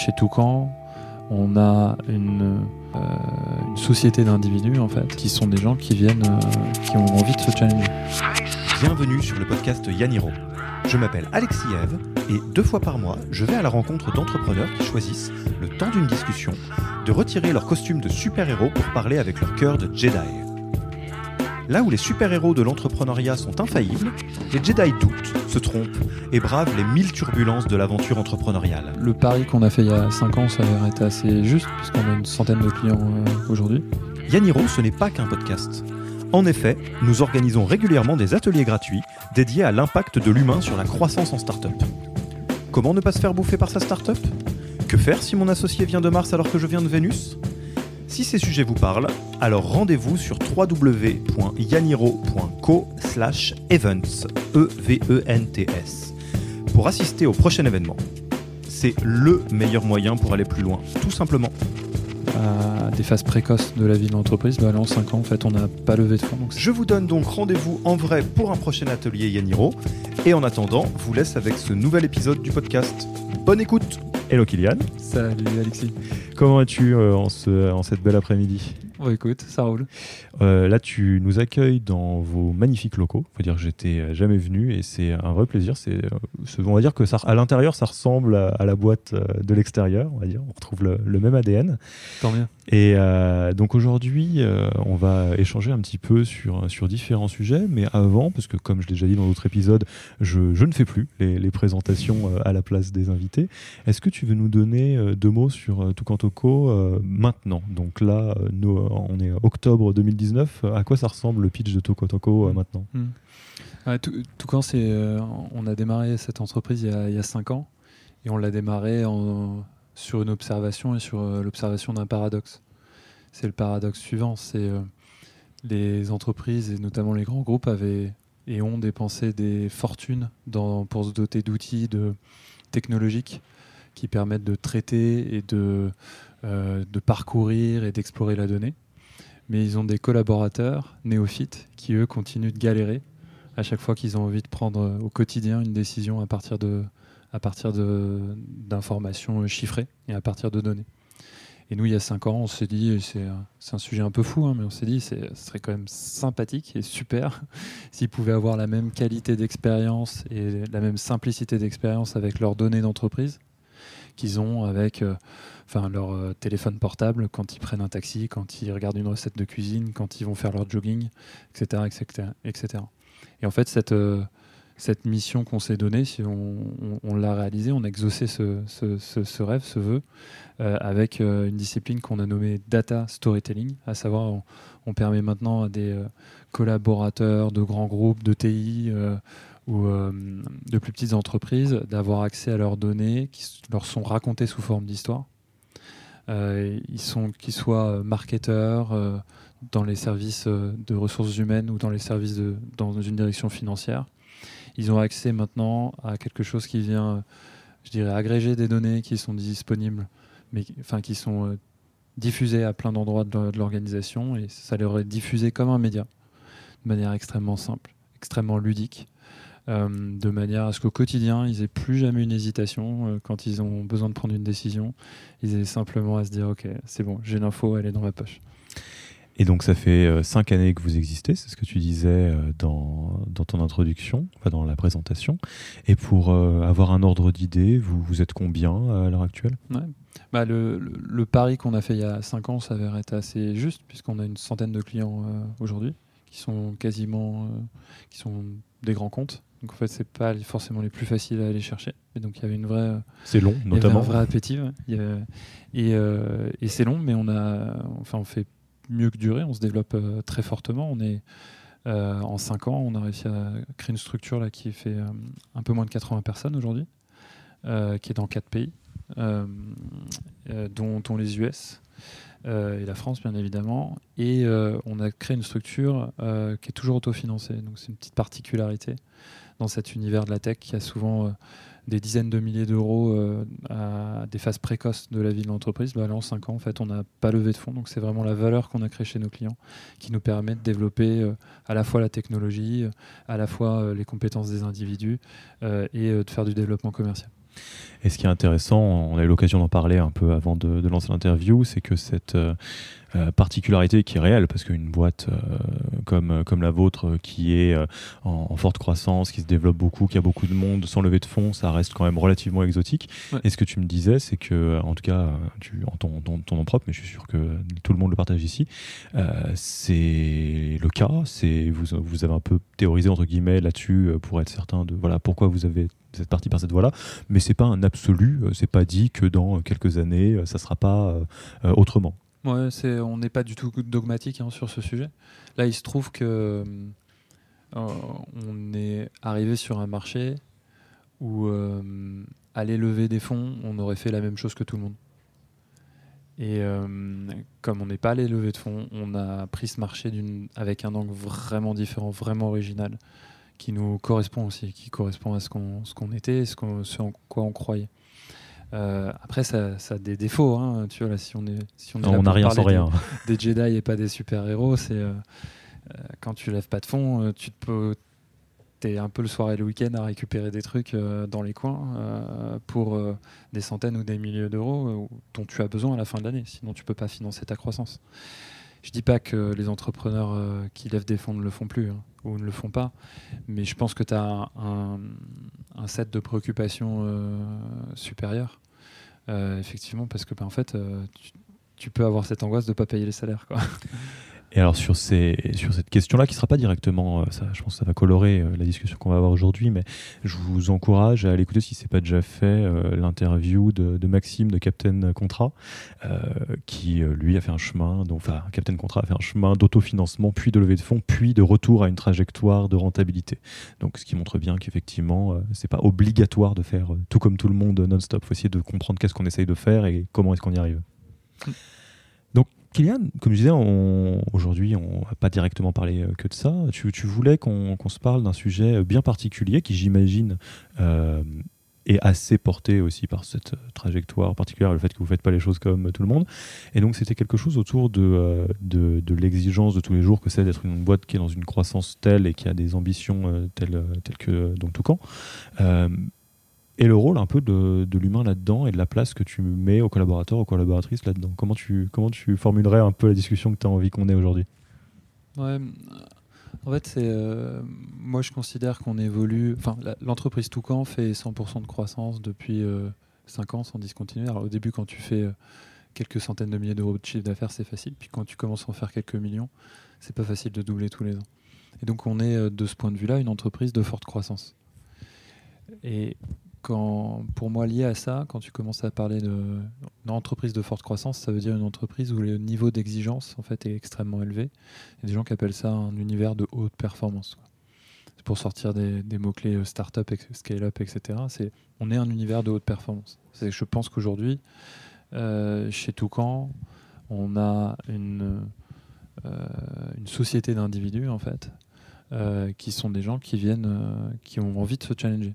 chez Toucan, on a une société d'individus en fait, qui sont des gens qui viennent, qui ont envie de se challenger. Bienvenue sur le podcast Yaniro. Je m'appelle Alexis Eve et 2 fois par mois, je vais à la rencontre d'entrepreneurs qui choisissent, le temps d'une discussion, de retirer leur costume de super-héros pour parler avec leur cœur de Jedi. Là où les super-héros de l'entrepreneuriat sont infaillibles, les Jedi doutent, se trompent et bravent les 1000 turbulences de l'aventure entrepreneuriale. Le pari qu'on a fait il y a 5 ans s'avère être assez juste, puisqu'on a une centaine de clients aujourd'hui. Yaniro, ce n'est pas qu'un podcast. En effet, nous organisons régulièrement des ateliers gratuits dédiés à l'impact de l'humain sur la croissance en start-up. Comment ne pas se faire bouffer par sa start-up ? Que faire si mon associé vient de Mars alors que je viens de Vénus ? Si ces sujets vous parlent, alors rendez-vous sur www.yaniro.co/events EVENTS pour assister au prochain événement. C'est le meilleur moyen pour aller plus loin, tout simplement. À des phases précoces de la vie de l'entreprise, là en 5 ans, en fait, on n'a pas levé de fonds. Donc je vous donne donc rendez-vous en vrai pour un prochain atelier Yaniro. Et en attendant, vous laisse avec ce nouvel épisode du podcast. Bonne écoute. Hello Kylian. Salut Alexis. Comment vas-tu en cette belle après-midi ? Oh, écoute, ça roule. Là, tu nous accueilles dans vos magnifiques locaux. Il faut dire que j'étais jamais venu et c'est un vrai plaisir. On va dire que ça, à l'intérieur, ça ressemble à la boîte de l'extérieur. On va dire, on retrouve le même ADN. Tant mieux. Et donc aujourd'hui, on va échanger un petit peu sur différents sujets. Mais avant, parce que comme je l'ai déjà dit dans d'autres épisodes, je ne fais plus les présentations à la place des invités. Est-ce que tu veux nous donner 2 mots sur Toucan Toco maintenant ? Donc là, on est octobre 2019. À quoi ça ressemble le pitch de Toucan Toco maintenant ? Toucan, on a démarré cette entreprise il y a 5 ans et on l'a démarré sur une observation et sur l'observation d'un paradoxe. C'est le paradoxe suivant, c'est les entreprises et notamment les grands groupes avaient et ont dépensé des fortunes pour se doter d'outils technologiques qui permettent de traiter et de parcourir et d'explorer la donnée. Mais ils ont des collaborateurs néophytes qui, eux, continuent de galérer à chaque fois qu'ils ont envie de prendre au quotidien une décision à partir d'informations chiffrées et à partir de données. Et nous, il y a 5 ans, on s'est dit, c'est un sujet un peu fou, mais on s'est dit, ce serait quand même sympathique et super s'ils pouvaient avoir la même qualité d'expérience et la même simplicité d'expérience avec leurs données d'entreprise qu'ils ont avec leur téléphone portable quand ils prennent un taxi, quand ils regardent une recette de cuisine, quand ils vont faire leur jogging, etc. etc., etc. Et en fait, cette mission qu'on s'est donnée, si on l'a réalisée, on a exaucé ce rêve, ce vœu, avec une discipline qu'on a nommée Data Storytelling, à savoir on permet maintenant à des collaborateurs de grands groupes, de TI ou de plus petites entreprises d'avoir accès à leurs données qui leur sont racontées sous forme d'histoire. Qu'ils soient marketeurs dans les services de ressources humaines ou dans les services dans une direction financière. Ils ont accès maintenant à quelque chose qui vient, je dirais, agréger des données qui sont disponibles, mais qui sont diffusées à plein d'endroits de l'organisation, et ça leur est diffusé comme un média, de manière extrêmement simple, extrêmement ludique, de manière à ce qu'au quotidien, ils n'aient plus jamais une hésitation quand ils ont besoin de prendre une décision. Ils aient simplement à se dire « Ok, c'est bon, j'ai l'info, elle est dans ma poche ». Et donc ça fait 5 années que vous existez, c'est ce que tu disais dans ton introduction, dans la présentation. Et pour avoir un ordre d'idée, vous êtes combien à l'heure actuelle ? Le pari qu'on a fait il y a 5 ans s'avère être assez juste, puisqu'on a une centaine de clients aujourd'hui, qui sont qui sont des grands comptes. Donc en fait, c'est pas forcément les plus faciles à aller chercher. Et donc il y avait une vraie... C'est long, notamment. Il y avait un vrai appétit. Ouais. Et c'est long, mais on fait mieux que durer, on se développe très fortement. On est en 5 ans, on a réussi à créer une structure là, qui fait un peu moins de 80 personnes aujourd'hui, qui est dans 4 pays, dont les US et la France bien évidemment. Et on a créé une structure qui est toujours autofinancée. Donc c'est une petite particularité dans cet univers de la tech qui a souvent des dizaines de milliers d'euros à des phases précoces de la vie de l'entreprise. Là, en 5 ans, en fait, on n'a pas levé de fonds. Donc, c'est vraiment la valeur qu'on a créée chez nos clients qui nous permet de développer à la fois la technologie, à la fois les compétences des individus et de faire du développement commercial. Et ce qui est intéressant, on a eu l'occasion d'en parler un peu avant de lancer l'interview, c'est que cette particularité qui est réelle, parce qu'une boîte comme la vôtre, qui est en forte croissance, qui se développe beaucoup, qui a beaucoup de monde, sans levée de fonds, ça reste quand même relativement exotique. Ouais. Et ce que tu me disais, c'est que, en tout cas, en ton nom propre, mais je suis sûr que tout le monde le partage ici, c'est le cas, vous avez un peu théorisé, entre guillemets, là-dessus, pour être certain de pourquoi vous êtes parti par cette voie-là, mais c'est pas un absolu, c'est pas dit que dans quelques années, ça sera pas autrement. Ouais, on n'est pas du tout dogmatique sur ce sujet. Là, il se trouve que on est arrivé sur un marché où aller lever des fonds, on aurait fait la même chose que tout le monde. Et comme on n'est pas allé lever de fonds, on a pris ce marché avec un angle vraiment différent, vraiment original, qui nous correspond aussi, qui correspond à ce qu'on était, ce en quoi on croyait. Après, ça a des défauts. Tu vois, là, si on n'a rien sans rien. Des Jedi et pas des super-héros, c'est quand tu lèves pas de fonds, t'es un peu le soir et le week-end à récupérer des trucs dans les coins pour des centaines ou des milliers d'euros dont tu as besoin à la fin de l'année. Sinon, tu peux pas financer ta croissance. Je dis pas que les entrepreneurs qui lèvent des fonds ne le font plus ou ne le font pas, mais je pense que tu as un set de préoccupations supérieur, effectivement, parce que en fait, tu peux avoir cette angoisse de ne pas payer les salaires, quoi. Et alors sur cette question-là, qui ne sera pas directement, je pense que ça va colorer la discussion qu'on va avoir aujourd'hui, mais je vous encourage à aller écouter, si ce n'est pas déjà fait, l'interview de Maxime de Captain Contrat, qui lui a fait un chemin, Captain Contrat a fait un chemin d'autofinancement, puis de levée de fonds, puis de retour à une trajectoire de rentabilité. Donc ce qui montre bien qu'effectivement, ce n'est pas obligatoire de faire tout comme tout le monde non-stop. Il faut essayer de comprendre qu'est-ce qu'on essaye de faire et comment est-ce qu'on y arrive. Donc Kylian, comme je disais, aujourd'hui, on ne va pas directement parler que de ça. Tu voulais qu'on se parle d'un sujet bien particulier qui, j'imagine, est assez porté aussi par cette trajectoire particulière, le fait que vous ne faites pas les choses comme tout le monde. Et donc, c'était quelque chose autour de l'exigence de tous les jours que c'est d'être une boîte qui est dans une croissance telle et qui a des ambitions telles que donc Toucan. Et le rôle un peu de l'humain là-dedans et de la place que tu mets aux collaborateurs, aux collaboratrices là-dedans. Comment tu formulerais un peu la discussion que tu as envie qu'on ait aujourd'hui ? Ouais, en fait, moi je considère qu'on évolue. Enfin, l'entreprise Toucan fait 100% de croissance depuis 5 ans sans discontinuer. Alors au début, quand tu fais quelques centaines de milliers d'euros de chiffre d'affaires, c'est facile. Puis quand tu commences à en faire quelques millions, c'est pas facile de doubler tous les ans. Et donc on est de ce point de vue-là une entreprise de forte croissance. Et pour moi, lié à ça, quand tu commences à parler d'une entreprise de forte croissance, ça veut dire une entreprise où le niveau d'exigence en fait, est extrêmement élevé. Il y a des gens qui appellent ça un univers de haute performance, quoi. C'est pour sortir des mots-clés start-up, scale-up, etc. On est un univers de haute performance. Je pense qu'aujourd'hui, chez Toucan, on a une société d'individus, en fait, qui sont des gens qui ont envie de se challenger.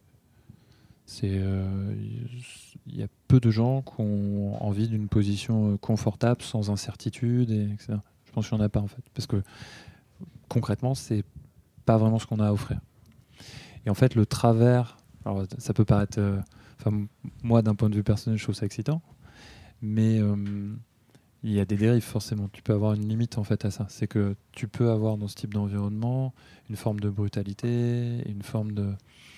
Il y a peu de gens qui ont envie d'une position confortable, sans incertitude, etc. Je pense qu'il n'y en a pas, en fait. Parce que concrètement, c'est pas vraiment ce qu'on a à offrir. Et en fait, le travers, alors ça peut paraître, moi d'un point de vue personnel, je trouve ça excitant, mais il y a des dérives forcément. Tu peux avoir une limite en fait à ça. C'est que tu peux avoir dans ce type d'environnement une forme de brutalité, une forme de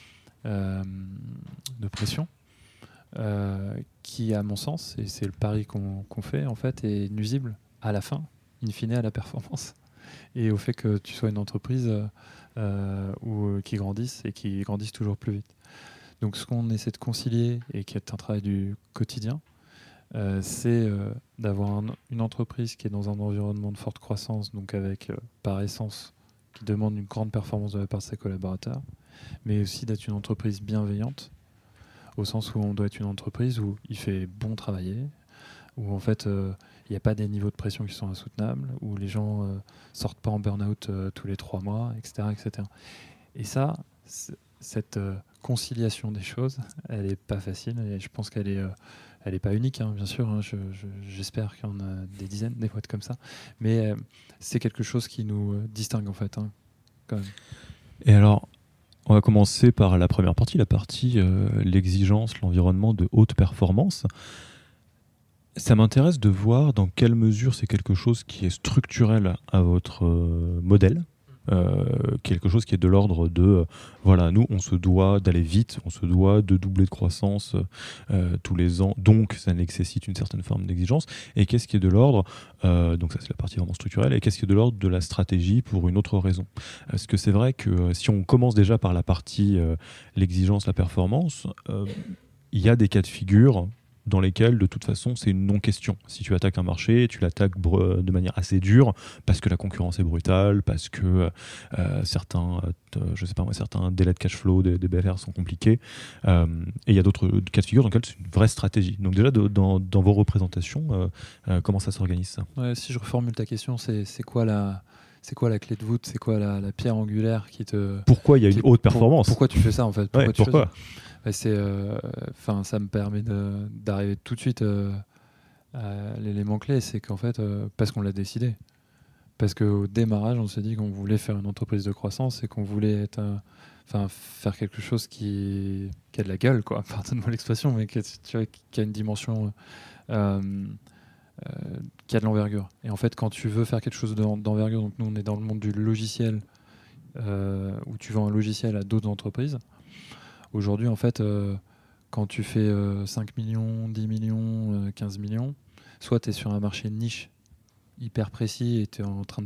pression qui, à mon sens, et c'est le pari qu'on fait en fait, est nuisible à la fin, in fine, à la performance et au fait que tu sois une entreprise qui grandisse et qui grandisse toujours plus vite. Donc ce qu'on essaie de concilier et qui est un travail du quotidien, c'est d'avoir une entreprise qui est dans un environnement de forte croissance, donc avec par essence qui demande une grande performance de la part de ses collaborateurs, mais aussi d'être une entreprise bienveillante, au sens où on doit être une entreprise où il fait bon travailler, où en fait il n'y a pas des niveaux de pression qui sont insoutenables, où les gens sortent pas en burn-out tous les 3 mois, etc., etc. Et ça, cette conciliation des choses, elle n'est pas facile, et je pense qu'elle est pas unique, bien sûr, j'espère qu'il y en a des dizaines, des boîtes comme ça, mais c'est quelque chose qui nous distingue en fait, quand même. Et alors, On va commencer par la première partie, l'exigence, l'environnement de haute performance. Ça m'intéresse de voir dans quelle mesure c'est quelque chose qui est structurel à votre modèle, quelque chose qui est de l'ordre de voilà, nous on se doit d'aller vite, on se doit de doubler de croissance tous les ans, donc ça nécessite une certaine forme d'exigence, et qu'est-ce qui est de l'ordre, donc ça c'est la partie vraiment structurelle, et qu'est-ce qui est de l'ordre de la stratégie pour une autre raison. Parce que c'est vrai que si on commence déjà par la partie l'exigence, la performance, il y a des cas de figure dans lesquels, de toute façon, c'est une non-question. Si tu attaques un marché, tu l'attaques de manière assez dure, parce que la concurrence est brutale, parce que certains délais de cash flow, des BFR sont compliqués. Et il y a d'autres cas de figure dans lesquels c'est une vraie stratégie. Donc déjà, dans vos représentations, comment ça s'organise ça ? Ouais, si je reformule ta question, c'est quoi la clé de voûte, c'est quoi la pierre angulaire qui te... Pourquoi il y a une haute performance ? Pourquoi tu fais ça en fait ? Pourquoi ? Ça me permet d'arriver tout de suite à l'élément clé, c'est qu'en fait, parce qu'on l'a décidé. Parce qu'au démarrage, on s'est dit qu'on voulait faire une entreprise de croissance et qu'on voulait faire quelque chose qui a de la gueule, quoi. Pardonne-moi l'expression, mais qui a une dimension, qui a de l'envergure. Et en fait, quand tu veux faire quelque chose d'envergure, donc nous on est dans le monde du logiciel, où tu vends un logiciel à d'autres entreprises. Aujourd'hui, en fait, quand tu fais 5 millions, 10 millions, 15 millions, soit tu es sur un marché niche hyper précis et tu es en train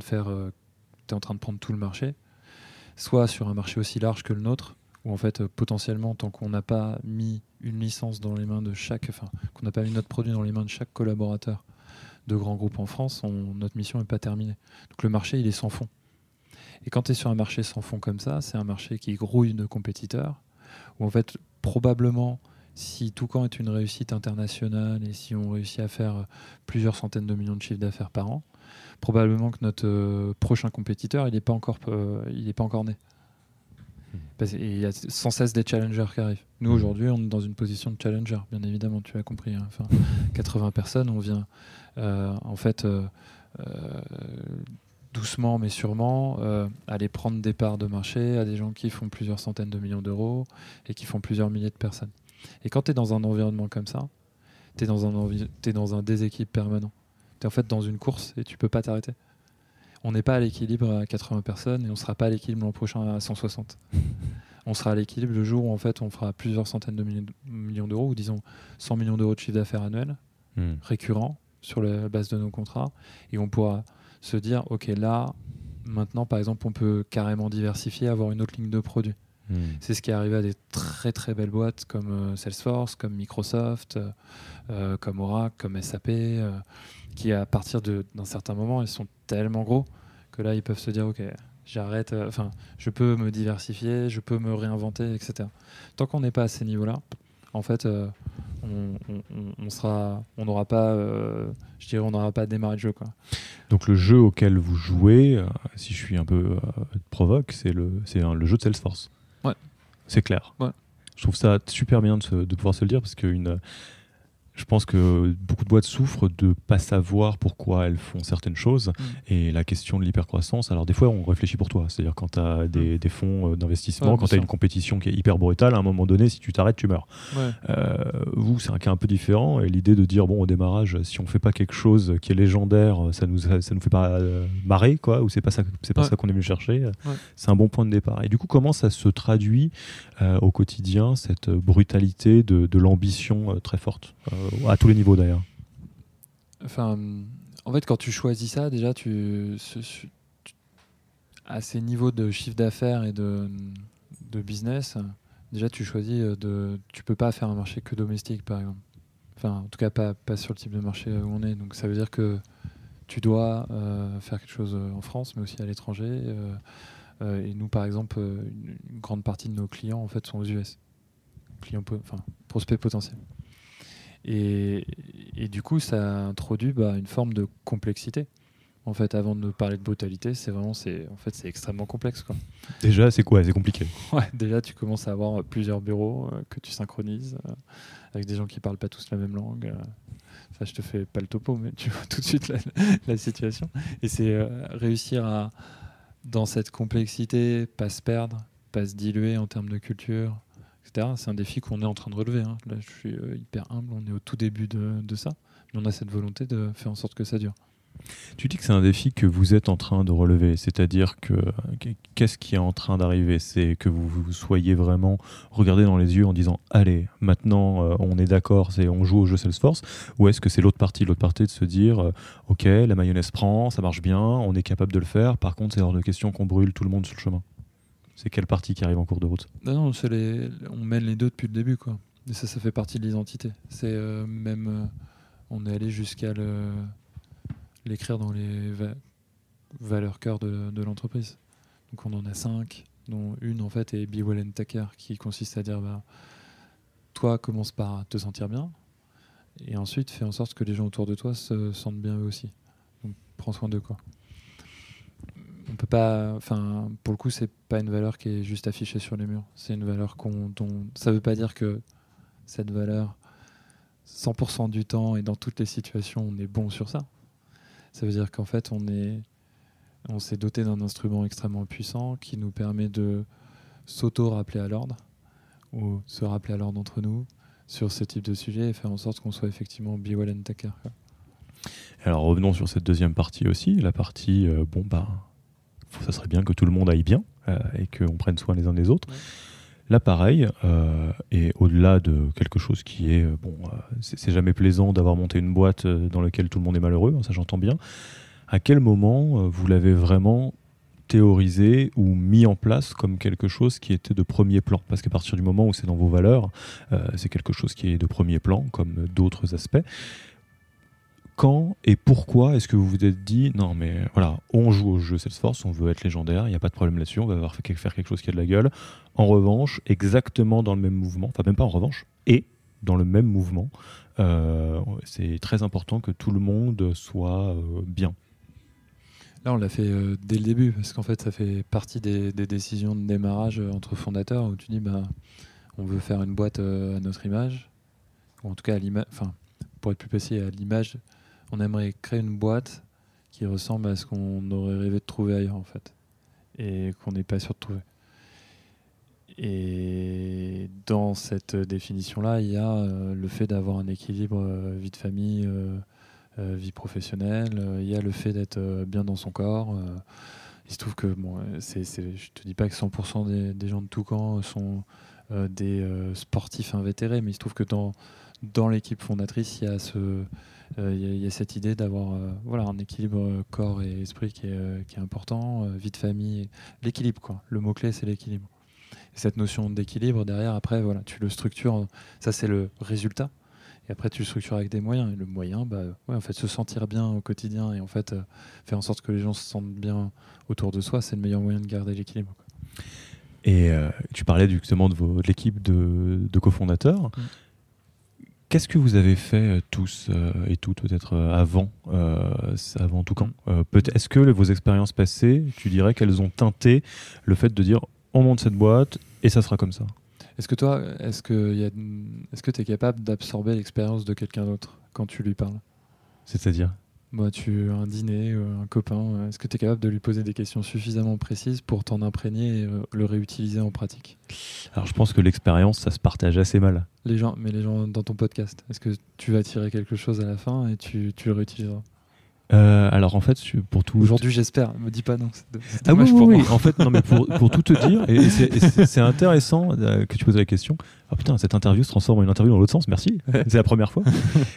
de prendre tout le marché, soit sur un marché aussi large que le nôtre, où en fait, potentiellement, tant qu'on n'a pas mis une licence dans les mains de qu'on n'a pas mis notre produit dans les mains de chaque collaborateur de grands groupes en France, notre mission n'est pas terminée. Donc le marché, il est sans fond. Et quand tu es sur un marché sans fond comme ça, c'est un marché qui grouille de compétiteurs, où en fait, probablement, si Toucan est une réussite internationale et si on réussit à faire plusieurs centaines de millions de chiffres d'affaires par an, probablement que notre prochain compétiteur, il n'est pas encore né. Et il y a sans cesse des challengers qui arrivent. Nous, aujourd'hui, on est dans une position de challenger, bien évidemment, tu as compris. 80 personnes, on vient doucement mais sûrement aller prendre des parts de marché à des gens qui font plusieurs centaines de millions d'euros et qui font plusieurs milliers de personnes. Et quand tu es dans un environnement comme ça, tu es dans un déséquilibre permanent. Tu es en fait dans une course et tu peux pas t'arrêter. On n'est pas à l'équilibre à 80 personnes et on ne sera pas à l'équilibre l'an prochain à 160. On sera à l'équilibre le jour où en fait, on fera plusieurs centaines de millions d'euros, ou disons 100 millions d'euros de chiffre d'affaires annuel, récurrent, sur la base de nos contrats, et on pourra se dire, ok, là, maintenant, par exemple, on peut carrément diversifier, avoir une autre ligne de produits. C'est ce qui est arrivé à des très très belles boîtes comme Salesforce, comme Microsoft, comme Oracle, comme SAP, qui à partir d'un certain moment, ils sont tellement gros que là, ils peuvent se dire, ok, j'arrête, je peux me diversifier, je peux me réinventer, etc. Tant qu'on n'est pas à ces niveaux-là, en fait, on n'aura pas démarré le jeu, quoi. Donc le jeu auquel vous jouez, si je suis un peu provoque, c'est le jeu de Salesforce. Ouais. C'est clair. Ouais. Je trouve ça super bien de pouvoir se le dire, parce que je pense que beaucoup de boîtes souffrent de ne pas savoir pourquoi elles font certaines choses. Et la question de l'hypercroissance, alors des fois on réfléchit pour toi, c'est-à-dire quand tu as des fonds d'investissement, quand tu as une compétition qui est hyper brutale, à un moment donné, si tu t'arrêtes, tu meurs. Ouais. Vous, c'est un cas un peu différent, et l'idée de dire, bon, au démarrage, si on ne fait pas quelque chose qui est légendaire, ça nous fait pas marrer, quoi, ou c'est pas ça qu'on est venu chercher, c'est un bon point de départ. Et du coup, comment ça se traduit au quotidien, cette brutalité de l'ambition très forte à tous les niveaux d'ailleurs? En fait, quand tu choisis ça, déjà, à ces niveaux de chiffre d'affaires et de business, déjà, tu choisis tu peux pas faire un marché que domestique, par exemple. En tout cas, pas sur le type de marché où on est. Donc, ça veut dire que tu dois faire quelque chose en France, mais aussi à l'étranger. Et nous, par exemple, une grande partie de nos clients, en fait, sont aux US. Prospects potentiels. Et du coup, ça introduit une forme de complexité. En fait, avant de parler de brutalité, c'est extrêmement complexe, quoi. Déjà, c'est quoi? C'est compliqué. Ouais, déjà, tu commences à avoir plusieurs bureaux que tu synchronises avec des gens qui parlent pas tous la même langue. Je te fais pas le topo, mais tu vois tout de suite la situation. Et c'est réussir à, dans cette complexité, pas se perdre, pas se diluer en termes de culture, etc. C'est un défi qu'on est en train de relever. Hein. Là, je suis hyper humble, on est au tout début de ça. Mais on a cette volonté de faire en sorte que ça dure. Tu dis que c'est un défi que vous êtes en train de relever, c'est-à-dire que qu'est-ce qui est en train d'arriver ? C'est que vous soyez vraiment regardé dans les yeux en disant « Allez, maintenant on est d'accord, on joue au jeu Salesforce » ou est-ce que c'est l'autre partie de se dire « Ok, la mayonnaise prend, ça marche bien, on est capable de le faire, par contre c'est hors de question qu'on brûle tout le monde sur le chemin ». C'est quelle partie qui arrive en cours de route ? Non, on mène les deux depuis le début, quoi. Et ça fait partie de l'identité. C'est on est allé jusqu'à l'écrire dans les valeurs cœur de l'entreprise. Donc on en a 5, dont une en fait est Be Well and Take Care, qui consiste à dire toi commence par te sentir bien et ensuite fais en sorte que les gens autour de toi se sentent bien eux aussi. Donc prends soin d'eux, quoi. On peut pas, pour le coup c'est pas une valeur qui est juste affichée sur les murs. C'est une valeur ça veut pas dire que cette valeur 100% du temps et dans toutes les situations on est bon sur ça. Ça veut dire qu'en fait, on s'est doté d'un instrument extrêmement puissant qui nous permet de s'auto-rappeler à l'ordre ou se rappeler à l'ordre entre nous sur ce type de sujet et faire en sorte qu'on soit effectivement be well and take care. Alors revenons sur cette deuxième partie aussi, la partie ça serait bien que tout le monde aille bien et qu'on prenne soin les uns des autres. Ouais. Là, pareil, et au-delà de quelque chose qui est... c'est jamais plaisant d'avoir monté une boîte dans laquelle tout le monde est malheureux, ça j'entends bien. À quel moment vous l'avez vraiment théorisé ou mis en place comme quelque chose qui était de premier plan ? Parce qu'à partir du moment où c'est dans vos valeurs, c'est quelque chose qui est de premier plan, comme d'autres aspects. Quand et pourquoi est-ce que vous vous êtes dit non mais voilà, on joue au jeu Salesforce, on veut être légendaire, il n'y a pas de problème là-dessus, on va faire quelque chose qui a de la gueule. En revanche, exactement dans le même mouvement, enfin même pas en revanche, et dans le même mouvement, c'est très important que tout le monde soit bien. Là, on l'a fait dès le début, parce qu'en fait, ça fait partie des décisions de démarrage entre fondateurs, où tu dis, on veut faire une boîte à notre image, ou en tout cas à l'image, pour être plus précis, à l'image. On aimerait créer une boîte qui ressemble à ce qu'on aurait rêvé de trouver ailleurs, en fait, et qu'on n'est pas sûr de trouver. Et dans cette définition-là, il y a le fait d'avoir un équilibre vie de famille, vie professionnelle, il y a le fait d'être bien dans son corps. Il se trouve que, je te dis pas que 100% des gens de Toucan sont des sportifs invétérés, mais il se trouve que dans l'équipe fondatrice, il y a cette idée d'avoir un équilibre corps et esprit qui est important, vie de famille, l'équilibre, quoi. Le mot-clé, c'est l'équilibre. Et cette notion d'équilibre, derrière, après, tu le structures, ça c'est le résultat, et après tu le structures avec des moyens. Et le moyen, en fait, se sentir bien au quotidien et en fait, faire en sorte que les gens se sentent bien autour de soi, c'est le meilleur moyen de garder l'équilibre, quoi. Et tu parlais justement de l'équipe de cofondateurs. Qu'est-ce que vous avez fait tous et toutes peut-être avant Toucan Est-ce que vos expériences passées, tu dirais qu'elles ont teinté le fait de dire on monte cette boîte et ça sera comme ça ? Est-ce que tu es capable d'absorber l'expérience de quelqu'un d'autre quand tu lui parles ? C'est-à-dire ? Tu as un dîner, un copain, est-ce que tu es capable de lui poser des questions suffisamment précises pour t'en imprégner et le réutiliser en pratique ? Alors je pense que l'expérience, ça se partage assez mal. Les gens dans ton podcast, est-ce que tu vas tirer quelque chose à la fin et tu le réutiliseras ? Alors en fait, pour tout... Aujourd'hui, j'espère. Me dis pas non. C'est dommage pour moi. En fait, non, mais pour tout te dire, et c'est intéressant que tu poses la question. Ah putain, cette interview se transforme en une interview dans l'autre sens. Merci. C'est la première fois.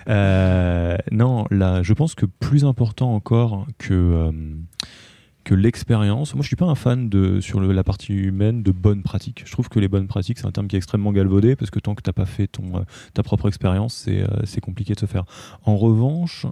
Non, là, je pense que plus important encore que l'expérience. Moi, je suis pas un fan sur la partie humaine de bonnes pratiques. Je trouve que les bonnes pratiques, c'est un terme qui est extrêmement galvaudé parce que tant que t'as pas fait ta propre expérience, c'est compliqué de se faire. En revanche,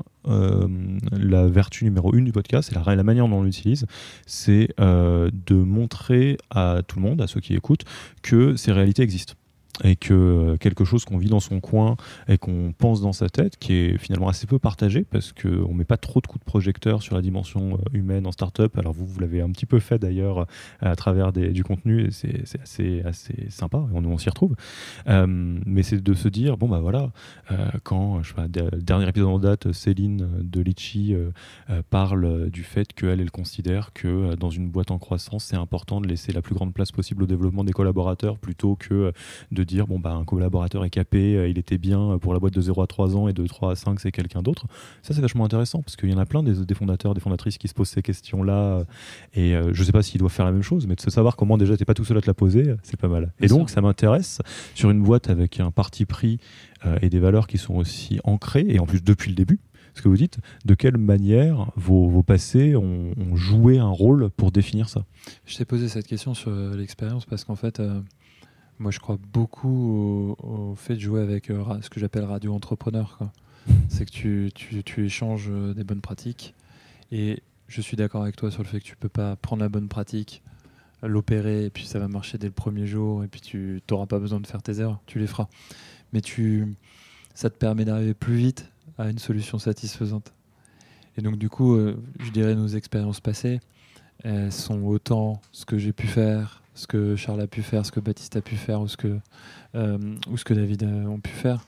la vertu numéro 1 du podcast, et la manière dont on l'utilise, c'est de montrer à tout le monde, à ceux qui écoutent, que ces réalités existent. et que quelque chose qu'on vit dans son coin et qu'on pense dans sa tête, qui est finalement assez peu partagé parce qu'on ne met pas trop de coups de projecteur sur la dimension humaine en start-up. Alors vous l'avez un petit peu fait d'ailleurs à travers du contenu, et c'est assez sympa, on s'y retrouve. Mais c'est de se dire, bon bah voilà, quand, je sais pas, dernier épisode en date, Céline de Litchi parle du fait qu'elle considère que dans une boîte en croissance, c'est important de laisser la plus grande place possible au développement des collaborateurs plutôt que de dire bon bah un collaborateur est capé, il était bien pour la boîte de 0 à 3 ans et de 3 à 5 c'est quelqu'un d'autre. Ça c'est vachement intéressant parce qu'il y en a plein des fondateurs, des fondatrices qui se posent ces questions-là et je sais pas s'ils doivent faire la même chose, mais de se savoir comment déjà t'es pas tout seul à te la poser, c'est pas mal. Et donc ça m'intéresse sur une boîte avec un parti pris et des valeurs qui sont aussi ancrées et en plus depuis le début. Ce que vous dites, de quelle manière vos passés ont joué un rôle pour définir ça? Je t'ai posé cette question sur l'expérience parce qu'en fait moi, je crois beaucoup au fait de jouer avec ce que j'appelle radio-entrepreneur, quoi. C'est que tu échanges des bonnes pratiques. Et je suis d'accord avec toi sur le fait que tu ne peux pas prendre la bonne pratique, l'opérer, et puis ça va marcher dès le premier jour, et puis tu n'auras pas besoin de faire tes erreurs, tu les feras. Mais ça te permet d'arriver plus vite à une solution satisfaisante. Et donc, du coup, je dirais nos expériences passées, elles sont autant ce que j'ai pu faire, ce que Charles a pu faire, ce que Baptiste a pu faire ou ce que David ont pu faire,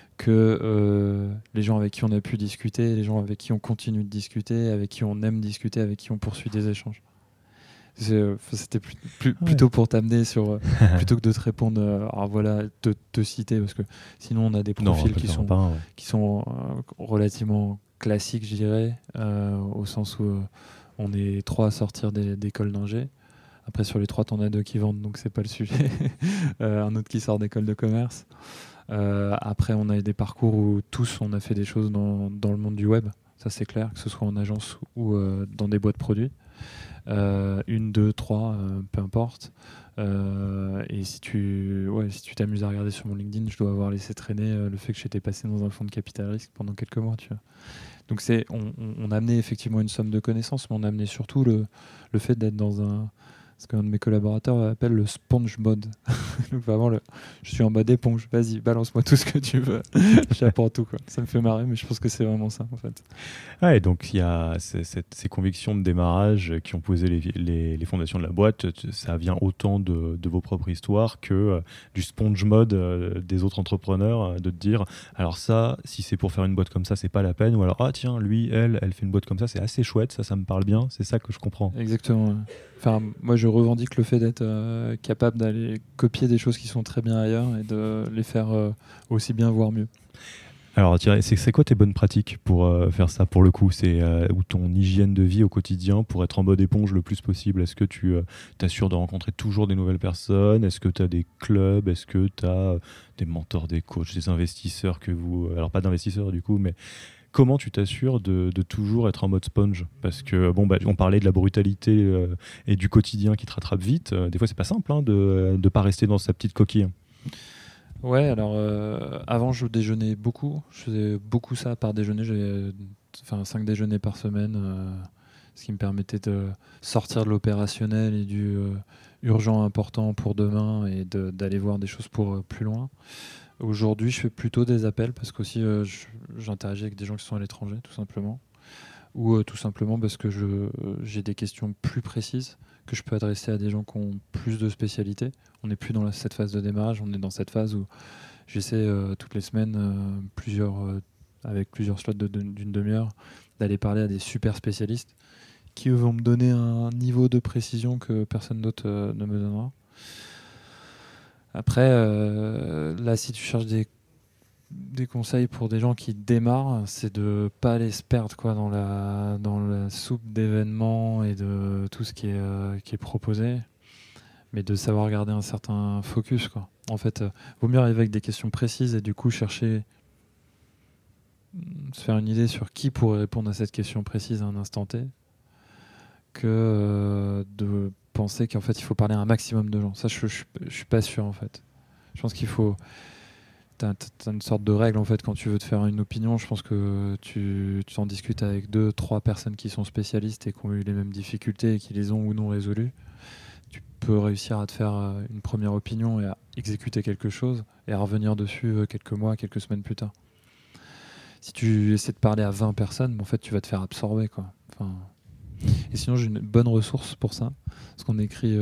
que les gens avec qui on a pu discuter, les gens avec qui on continue de discuter, avec qui on aime discuter, avec qui on poursuit des échanges. C'était plutôt pour t'amener sur plutôt que de te répondre alors voilà, te citer, parce que sinon on a des profils qui sont relativement classiques, je dirais, au sens où on est 3 à sortir d'école d'ingé. Après, sur les 3, t'en as 2 qui vendent, donc c'est pas le sujet. Un autre qui sort d'école de commerce. Après, on a des parcours où tous, on a fait des choses dans le monde du web. Ça, c'est clair, que ce soit en agence ou dans des boîtes produits. 1, 2, 3, peu importe. Et si tu t'amuses à regarder sur mon LinkedIn, je dois avoir laissé traîner le fait que j'étais passé dans un fonds de capital risque pendant quelques mois, tu vois. Donc on a amené effectivement une somme de connaissances, mais on a amené surtout le fait d'être dans ce qu'un de mes collaborateurs appelle le sponge mode. Donc vraiment, je suis en mode éponge, vas-y, balance-moi tout ce que tu veux, j'apprends tout, quoi. Ça me fait marrer, mais je pense que c'est vraiment ça en fait. Ouais, donc il y a ces convictions de démarrage qui ont posé les fondations de la boîte, ça vient autant de vos propres histoires que du sponge mode des autres entrepreneurs, de te dire, alors ça, si c'est pour faire une boîte comme ça, c'est pas la peine, ou alors, ah tiens, lui, elle fait une boîte comme ça, c'est assez chouette, ça me parle bien, c'est ça que je comprends. Exactement. Enfin, moi, je revendique le fait d'être capable d'aller copier des choses qui sont très bien ailleurs et de les faire aussi bien, voire mieux. Alors, c'est quoi tes bonnes pratiques pour faire ça, pour le coup? C'est ou ton hygiène de vie au quotidien pour être en mode éponge le plus possible? Est-ce que tu t'assures de rencontrer toujours des nouvelles personnes? Est-ce que tu as des clubs? Est-ce que tu as des mentors, des coachs, des investisseurs alors pas d'investisseurs du coup, mais comment tu t'assures de toujours être en mode sponge? Parce que on parlait de la brutalité et du quotidien qui te rattrape vite. Des fois, c'est pas simple de ne pas rester dans sa petite coquille. Ouais, alors avant, je déjeunais beaucoup. Je faisais beaucoup ça par déjeuner. J'avais 5 déjeuners par semaine, ce qui me permettait de sortir de l'opérationnel et du urgent important pour demain et d'aller voir des choses pour plus loin. Aujourd'hui, je fais plutôt des appels parce qu'aussi j'interagis avec des gens qui sont à l'étranger, tout simplement. Ou tout simplement parce que j'ai des questions plus précises que je peux adresser à des gens qui ont plus de spécialités. On n'est plus dans cette phase de démarrage, on est dans cette phase où j'essaie toutes les semaines, avec plusieurs slots d'une demi-heure, d'aller parler à des super spécialistes qui eux, vont me donner un niveau de précision que personne d'autre ne me donnera. Après, là, si tu cherches des conseils pour des gens qui démarrent, c'est de pas aller se perdre dans la soupe d'événements et de tout ce qui est proposé, mais de savoir garder un certain focus, quoi. En fait, vaut mieux arriver avec des questions précises et du coup chercher se faire une idée sur qui pourrait répondre à cette question précise à un instant T, que de penser qu'en fait il faut parler à un maximum de gens. Ça, je suis pas sûr en fait. Je pense qu'il faut... T'as une sorte de règle en fait quand tu veux te faire une opinion. Je pense que tu en discutes avec 2-3 personnes qui sont spécialistes et qui ont eu les mêmes difficultés et qui les ont ou non résolues. peux réussir à te faire une première opinion et à exécuter quelque chose et à revenir dessus quelques mois, quelques semaines plus tard. Si tu essaies de parler à 20 personnes, en fait, tu vas te faire absorber, quoi. Enfin, et sinon, j'ai une bonne ressource pour ça, parce qu'on écrit.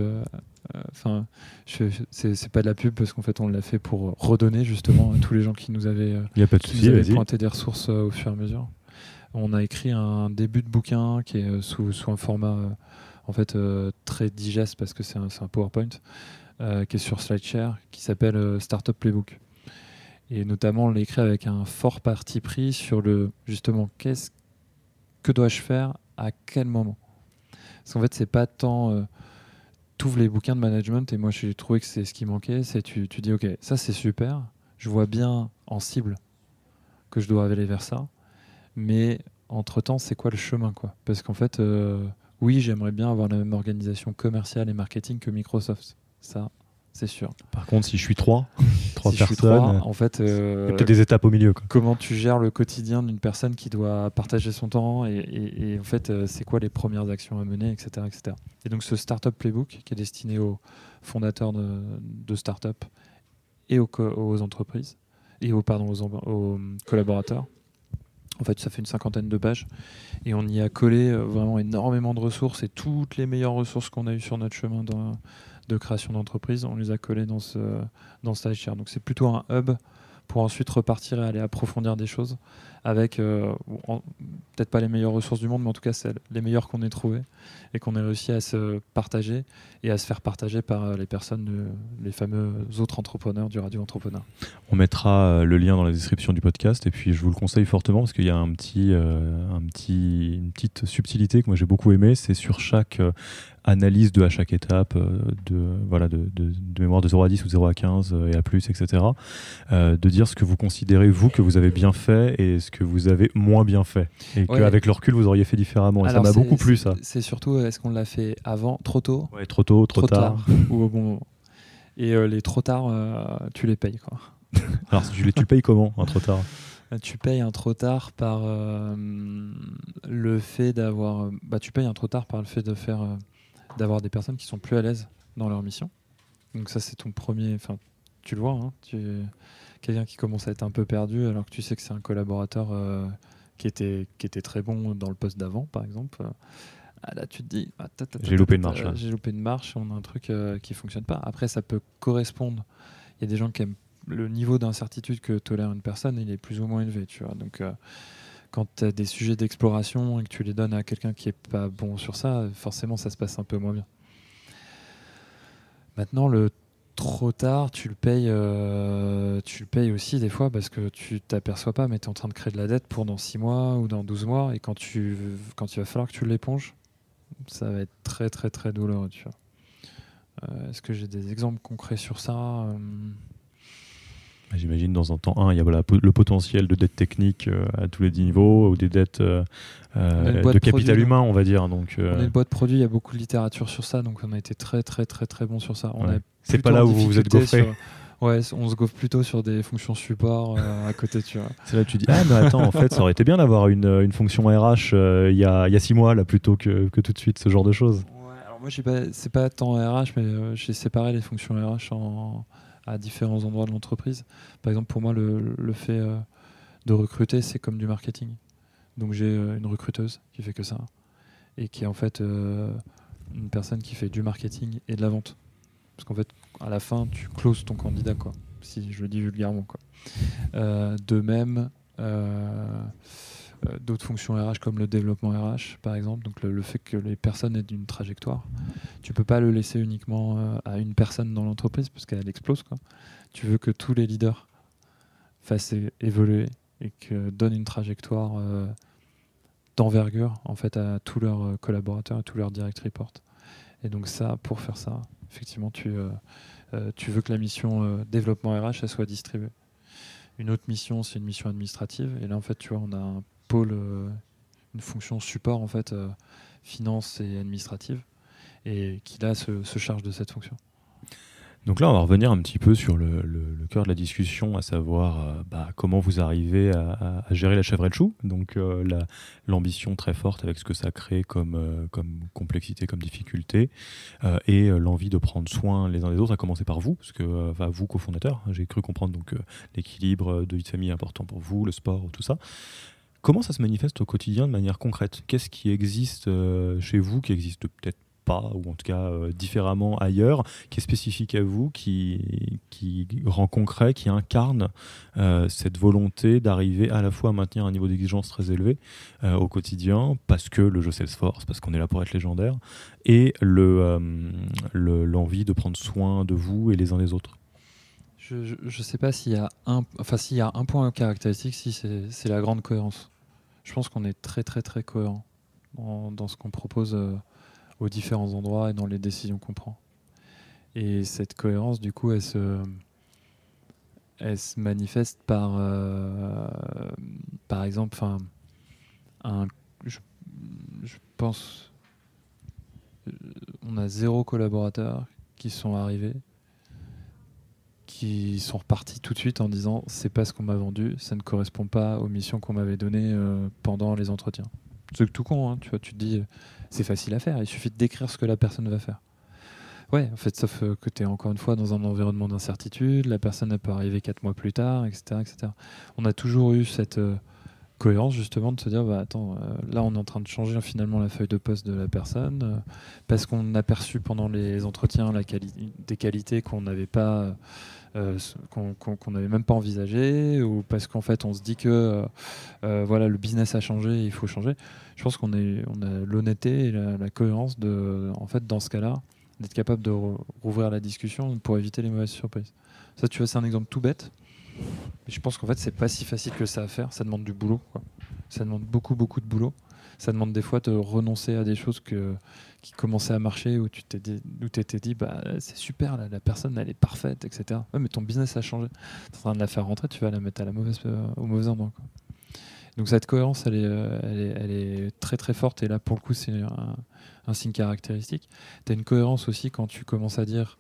C'est pas de la pub, parce qu'en fait, on l'a fait pour redonner justement à tous les gens qui nous avaient, Il n'y a pas de souci, vas-y. pointé des ressources au fur et à mesure. On a écrit un début de bouquin qui est sous un format très digeste, parce que c'est un PowerPoint qui est sur SlideShare, qui s'appelle Startup Playbook. Et notamment, on l'a écrit avec un fort parti pris sur justement, que dois-je faire à quel moment. Parce qu'en fait, c'est pas tant... t'ouvres les bouquins de management, et moi, j'ai trouvé que c'est ce qui manquait, c'est tu dis, ok, ça c'est super, je vois bien en cible que je dois aller vers ça, mais entre-temps, c'est quoi le chemin, quoi? Parce qu'en fait, oui, j'aimerais bien avoir la même organisation commerciale et marketing que Microsoft. Ça, c'est sûr. Par contre, si je suis trois Si je suis personnes, en fait, il y a peut-être des étapes au milieu, quoi. Comment tu gères le quotidien d'une personne qui doit partager son temps et en fait, c'est quoi les premières actions à mener, etc., etc. Et donc, ce Startup Playbook qui est destiné aux fondateurs de startups et aux entreprises et aux collaborateurs. En fait, ça fait une 50aine de pages et on y a collé vraiment énormément de ressources, et toutes les meilleures ressources qu'on a eues sur notre chemin de création d'entreprise, on les a collées dans SlideShare. Donc c'est plutôt un hub pour ensuite repartir et aller approfondir des choses avec peut-être pas les meilleures ressources du monde, mais en tout cas les meilleures qu'on ait trouvées et qu'on ait réussi à se partager et à se faire partager par les personnes, les fameux autres entrepreneurs du Radio Entrepreneur. On mettra le lien dans la description du podcast, et puis je vous le conseille fortement parce qu'il y a une petite subtilité que moi j'ai beaucoup aimé, c'est sur chaque analyse à chaque étape de mémoire de 0 à 10 ou 0 à 15 et à plus, etc. De dire ce que vous considérez, vous, que vous avez bien fait et ce que vous avez moins bien fait. Et qu'avec le recul, vous auriez fait différemment. Et alors, ça m'a beaucoup plu, ça. C'est surtout, est-ce qu'on l'a fait avant, trop tôt ? Ouais, trop tôt, trop tard. Ou au bon moment. Et les trop tard, tu les payes, quoi. Alors, tu payes comment, un trop tard ? Tu payes un trop tard par le fait d'avoir... tu payes un trop tard par le fait d'avoir des personnes qui sont plus à l'aise dans leur mission. Donc ça, c'est ton premier... Enfin, tu le vois, hein, quelqu'un qui commence à être un peu perdu alors que tu sais que c'est un collaborateur qui était très bon dans le poste d'avant, par exemple. Là, tu te dis... J'ai loupé une marche. J'ai loupé une marche, on a un truc qui ne fonctionne pas. Après, ça peut correspondre. Il y a des gens qui aiment le niveau d'incertitude que tolère une personne, il est plus ou moins élevé, tu vois. Donc, quand tu as des sujets d'exploration et que tu les donnes à quelqu'un qui n'est pas bon sur ça, forcément, ça se passe un peu moins bien. Maintenant, le trop tard, tu le payes aussi des fois parce que tu t'aperçois pas, mais tu es en train de créer de la dette pour dans 6 mois ou dans 12 mois, et quand il va falloir que tu l'éponges, ça va être très, très, très douloureux, tu vois. Est-ce que j'ai des exemples concrets sur ça ? J'imagine dans un temps 1, il y a le potentiel de dette technique à tous les niveaux, ou des dettes de capital humain, on va dire. Donc, on est une boîte produit, il y a beaucoup de littérature sur ça, donc on a été très très très très bon sur ça. C'est pas là où vous vous êtes gaufré. Ouais, on se gaufre plutôt sur des fonctions support à côté, tu vois. C'est là que tu dis, ah mais attends, en fait, ça aurait été bien d'avoir une fonction RH il y a 6 mois, là, plutôt que tout de suite, ce genre de choses. Ouais, alors moi, c'est pas tant RH, mais j'ai séparé les fonctions RH à différents endroits de l'entreprise. Par exemple, pour moi, le fait de recruter, c'est comme du marketing. Donc j'ai une recruteuse qui fait que ça, et qui est en fait une personne qui fait du marketing et de la vente. Parce qu'en fait, à la fin, tu closes ton candidat, quoi, si je le dis vulgairement, quoi. De même, d'autres fonctions RH comme le développement RH, par exemple, donc le fait que les personnes aient une trajectoire, tu peux pas le laisser uniquement à une personne dans l'entreprise parce qu'elle explose, quoi. Tu veux que tous les leaders fassent évoluer et que donnent une trajectoire d'envergure, en fait, à tous leurs collaborateurs, à tous leurs direct reports. Et donc ça, pour faire ça, effectivement, tu veux que la mission développement RH, elle soit distribuée. Une autre mission, c'est une mission administrative. Et là, en fait, tu vois, on a un pôle, une fonction support, en fait, finance et administrative, et qui là se charge de cette fonction. Donc là, on va revenir un petit peu sur le cœur de la discussion, à savoir comment vous arrivez à gérer la chèvre et le chou. Donc l'ambition très forte avec ce que ça crée comme complexité, comme difficulté, et l'envie de prendre soin les uns des autres, à commencer par vous, parce que vous, cofondateur, j'ai cru comprendre donc l'équilibre de vie de famille est important pour vous, le sport, tout ça. Comment ça se manifeste au quotidien de manière concrète ? Qu'est-ce qui existe chez vous, qui existe peut-être pas, ou en tout cas différemment ailleurs, qui est spécifique à vous, qui rend concret, qui incarne cette volonté d'arriver à la fois à maintenir un niveau d'exigence très élevé au quotidien, parce que le jeu Salesforce, parce qu'on est là pour être légendaire, et l'envie de prendre soin de vous et les uns des autres. Je ne sais pas s'il y a s'il y a un point caractéristique, si c'est la grande cohérence. Je pense qu'on est très très très cohérent dans ce qu'on propose aux différents endroits et dans les décisions qu'on prend. Et cette cohérence, du coup, elle se manifeste par exemple, je pense, on a 0 collaborateurs qui sont arrivés, qui sont repartis tout de suite en disant c'est pas ce qu'on m'a vendu, ça ne correspond pas aux missions qu'on m'avait données pendant les entretiens. C'est tout con, hein, tu te dis c'est facile à faire, il suffit de décrire ce que la personne va faire. Ouais, en fait, sauf que tu es encore une fois dans un environnement d'incertitude, la personne peut arriver 4 mois plus tard, etc. etc. On a toujours eu cette cohérence justement de se dire attends, là on est en train de changer finalement la feuille de poste de la personne parce qu'on a perçu pendant les entretiens des qualités qu'on n'avait pas qu'on n'avait même pas envisagé, ou parce qu'en fait on se dit que le business a changé, il faut changer. Je pense qu'on a l'honnêteté et la cohérence en fait dans ce cas-là d'être capable de rouvrir la discussion pour éviter les mauvaises surprises. Ça, tu vois, c'est un exemple tout bête. Mais je pense qu'en fait, c'est pas si facile que ça à faire. Ça demande du boulot, quoi. Ça demande beaucoup, beaucoup de boulot. Ça demande des fois de renoncer à des choses qui commençaient à marcher, où tu t'étais dit, c'est super, là, la personne, elle est parfaite, etc. Ouais, mais ton business a changé. Tu es en train de la faire rentrer, tu vas la mettre au mauvais endroit, quoi. Donc cette cohérence, elle est très très forte. Et là, pour le coup, c'est un signe caractéristique. Tu as une cohérence aussi quand tu commences à dire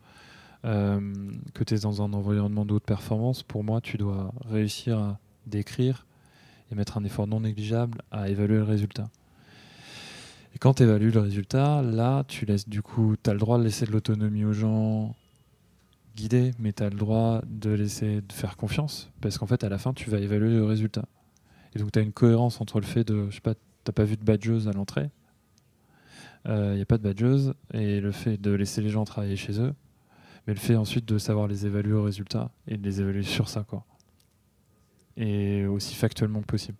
que tu es dans un environnement de haute performance. Pour moi, tu dois réussir à décrire et mettre un effort non négligeable à évaluer le résultat. Et quand tu évalues le résultat, là, tu as le droit de laisser de l'autonomie aux gens guider, mais tu as le droit de laisser de faire confiance, parce qu'en fait, à la fin, tu vas évaluer le résultat. Et donc, tu as une cohérence entre le fait de, je sais pas, t'as pas vu de badgeuse à l'entrée, il n'y a pas de badgeuse, et le fait de laisser les gens travailler chez eux, mais le fait ensuite de savoir les évaluer au résultat et de les évaluer sur ça, quoi. Et aussi factuellement que possible.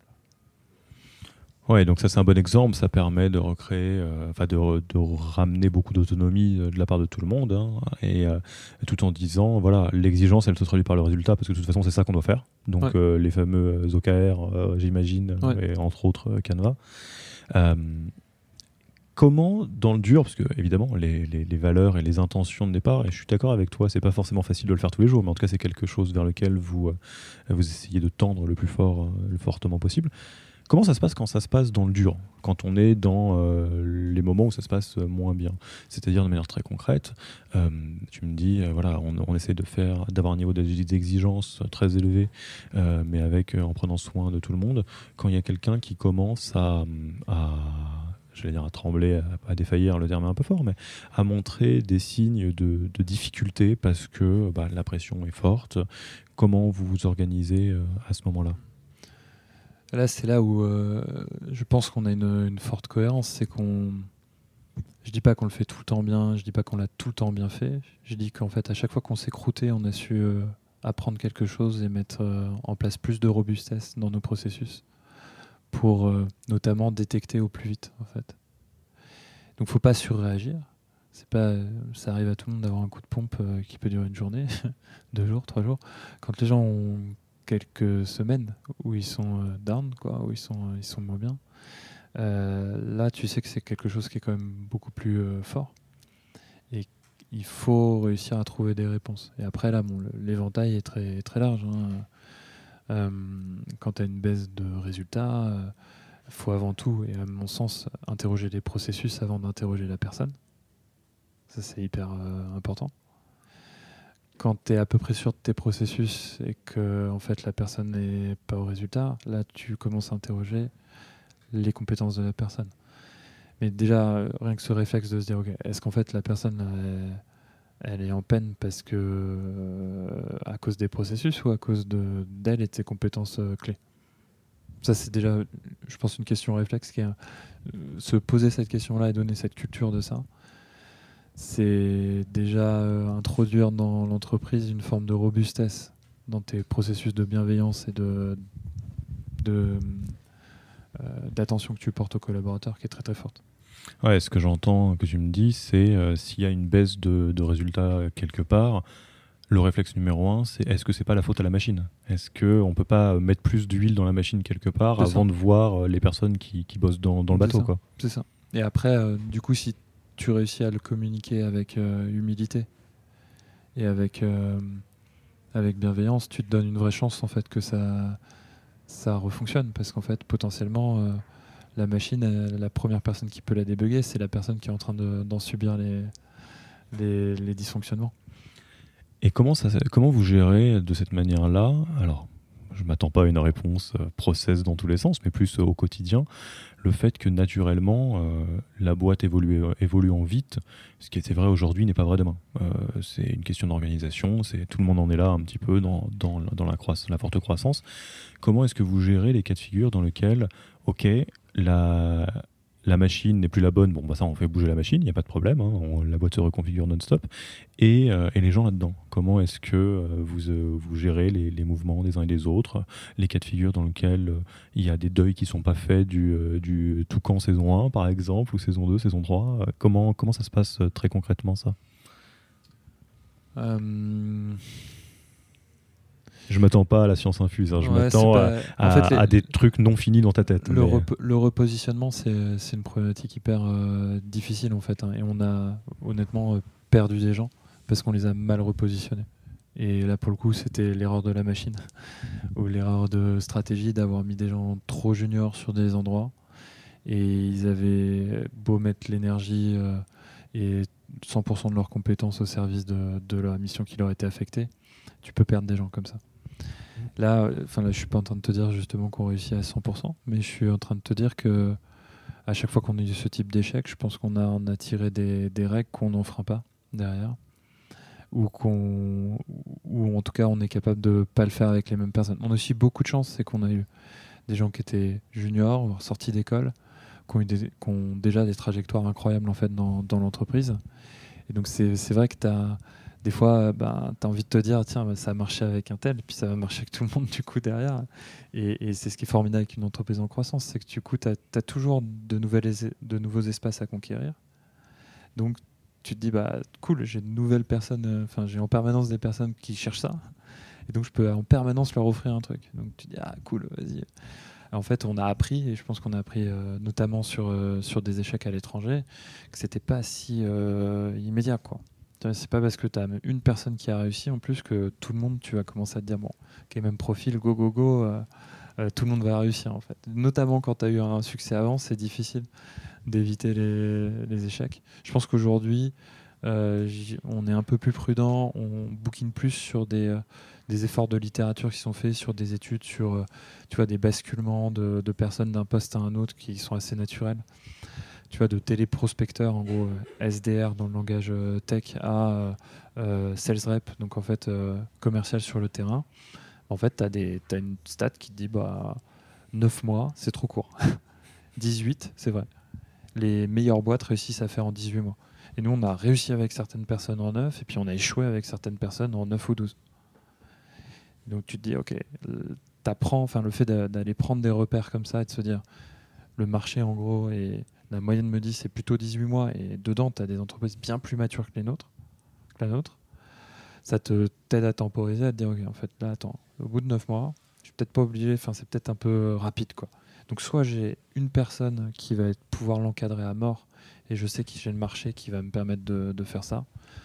Ouais, donc ça c'est un bon exemple, ça permet de recréer, de ramener beaucoup d'autonomie de la part de tout le monde, hein, et tout en disant, voilà, l'exigence elle se traduit par le résultat, parce que de toute façon c'est ça qu'on doit faire. Donc les fameux OKR, j'imagine, et entre autres Canva. Comment, dans le dur, parce que évidemment les valeurs et les intentions de départ, et je suis d'accord avec toi, c'est pas forcément facile de le faire tous les jours, mais en tout cas c'est quelque chose vers lequel vous essayez de tendre le plus fortement possible. Comment ça se passe quand ça se passe dans le dur, quand on est dans les moments où ça se passe moins bien ? C'est-à-dire de manière très concrète, tu me dis, on essaie d'avoir un niveau d'exigence très élevé, mais en prenant soin de tout le monde. Quand il y a quelqu'un qui commence à trembler, à défaillir, le terme est un peu fort, mais à montrer des signes de difficulté parce que la pression est forte, comment vous vous organisez à ce moment-là ? Là, c'est là où je pense qu'on a une forte cohérence. C'est je dis pas qu'on le fait tout le temps bien, je dis pas qu'on l'a tout le temps bien fait. Je dis qu'en fait, à chaque fois qu'on s'est croûté, on a su apprendre quelque chose et mettre en place plus de robustesse dans nos processus pour notamment détecter au plus vite, en fait. Donc, faut pas surréagir. Ça arrive à tout le monde d'avoir un coup de pompe qui peut durer une journée, 2 jours, 3 jours. Quand les gens ont quelques semaines où ils sont down, quoi, où ils sont moins bien. Là, tu sais que c'est quelque chose qui est quand même beaucoup plus fort. Et il faut réussir à trouver des réponses. Et après, là, l'éventail est très, très large, hein. Quand tu as une baisse de résultats, il faut avant tout, et à mon sens, interroger les processus avant d'interroger la personne. Ça, c'est hyper important. quand tu es à peu près sûr de tes processus et que en fait, la personne n'est pas au résultat, là, tu commences à interroger les compétences de la personne. Mais déjà, rien que ce réflexe de se dire, ok, est-ce qu'en fait, la personne, elle est en peine parce que à cause des processus ou à cause d'elle et de ses compétences clés. Ça, c'est déjà, je pense, une question réflexe qui est se poser cette question-là et donner cette culture de ça. C'est déjà introduire dans l'entreprise une forme de robustesse dans tes processus de bienveillance et d'attention que tu portes aux collaborateurs qui est très très forte. Ouais, ce que j'entends que tu me dis, c'est s'il y a une baisse de résultats quelque part, le réflexe numéro 1, c'est est-ce que c'est pas la faute à la machine ? Est-ce qu'on peut pas mettre plus d'huile dans la machine quelque part C'est avant ça. de voir les personnes qui bossent dans le bateau, quoi. C'est ça. Et après, du coup, si tu réussis à le communiquer avec humilité et avec bienveillance, tu te donnes une vraie chance en fait que ça refonctionne, parce qu'en fait, potentiellement, la machine, la première personne qui peut la débugger, c'est la personne qui est en train d'en subir les dysfonctionnements. Et comment vous gérez de cette manière-là ? Alors, je ne m'attends pas à une réponse process dans tous les sens, mais plus au quotidien, le fait que naturellement, la boîte évoluant vite, ce qui était vrai aujourd'hui n'est pas vrai demain. C'est une question d'organisation, tout le monde en est là un petit peu dans la forte croissance. Comment est-ce que vous gérez les cas de figure dans lesquels, ok, la machine n'est plus la bonne, bon bah ça on fait bouger la machine, il n'y a pas de problème, hein, la boîte se reconfigure non-stop, et les gens là-dedans, comment est-ce que vous gérez les mouvements des uns et des autres, les cas de figure dans lesquels il y a des deuils qui ne sont pas faits du Toucan saison 1 par exemple, ou saison 2, saison 3, comment ça se passe très concrètement ça ? Je ne m'attends pas à la science infuse, je m'attends à des trucs non finis dans ta tête. Le repositionnement, c'est une problématique hyper difficile en fait, hein, et on a honnêtement perdu des gens parce qu'on les a mal repositionnés. Et là, pour le coup, c'était l'erreur de la machine ou l'erreur de stratégie d'avoir mis des gens trop juniors sur des endroits, et ils avaient beau mettre l'énergie et 100% de leurs compétences au service de la mission qui leur était affectée, tu peux perdre des gens comme ça. Là, je suis pas en train de te dire justement qu'on réussit à 100%, mais je suis en train de te dire que à chaque fois qu'on a eu ce type d'échec, je pense qu'on a tiré des règles qu'on n'enfreint pas derrière, ou en tout cas on est capable de pas le faire avec les mêmes personnes. On a aussi beaucoup de chance, c'est qu'on a eu des gens qui étaient juniors, sortis d'école, qui ont déjà des trajectoires incroyables en fait dans l'entreprise. Et donc c'est vrai que des fois, tu as envie de te dire, tiens, ça a marché avec un tel, puis ça va marcher avec tout le monde du coup derrière. Et c'est ce qui est formidable avec une entreprise en croissance, c'est que du coup, tu as toujours de nouveaux espaces à conquérir. Donc, tu te dis, cool, j'ai de nouvelles personnes, j'ai en permanence des personnes qui cherchent ça. Et donc, je peux en permanence leur offrir un truc. Donc, tu te dis, cool, vas-y. En fait, on a appris, et je pense qu'on a appris notamment sur des échecs à l'étranger, que c'était pas si immédiat, quoi. C'est pas parce que tu as une personne qui a réussi en plus que tout le monde, tu vas commencer à te dire bon, ok, même profil, go, tout le monde va réussir en fait. Notamment quand tu as eu un succès avant, c'est difficile d'éviter les échecs. Je pense qu'aujourd'hui, on est un peu plus prudent, on bookine plus sur des efforts de littérature qui sont faits, sur des études, sur des basculements de personnes d'un poste à un autre qui sont assez naturels. Tu vois, de téléprospecteur, en gros, SDR dans le langage tech, à sales rep, donc en fait commercial sur le terrain. En fait, tu as une stat qui te dit 9 mois, c'est trop court. 18, c'est vrai. Les meilleures boîtes réussissent à faire en 18 mois. Et nous, on a réussi avec certaines personnes en 9, et puis on a échoué avec certaines personnes en 9 ou 12. Donc tu te dis, ok, t'apprends, le fait d'aller prendre des repères comme ça et de se dire, le marché en gros, et la moyenne me dit c'est plutôt 18 mois, et dedans tu as des entreprises bien plus matures que la nôtre, ça t'aide à temporiser, à te dire ok, en fait là attends, au bout de 9 mois, je suis peut-être pas obligé, c'est peut-être un peu rapide quoi. Donc soit j'ai une personne qui va pouvoir l'encadrer à mort, et je sais que j'ai le marché qui va me permettre de faire ça,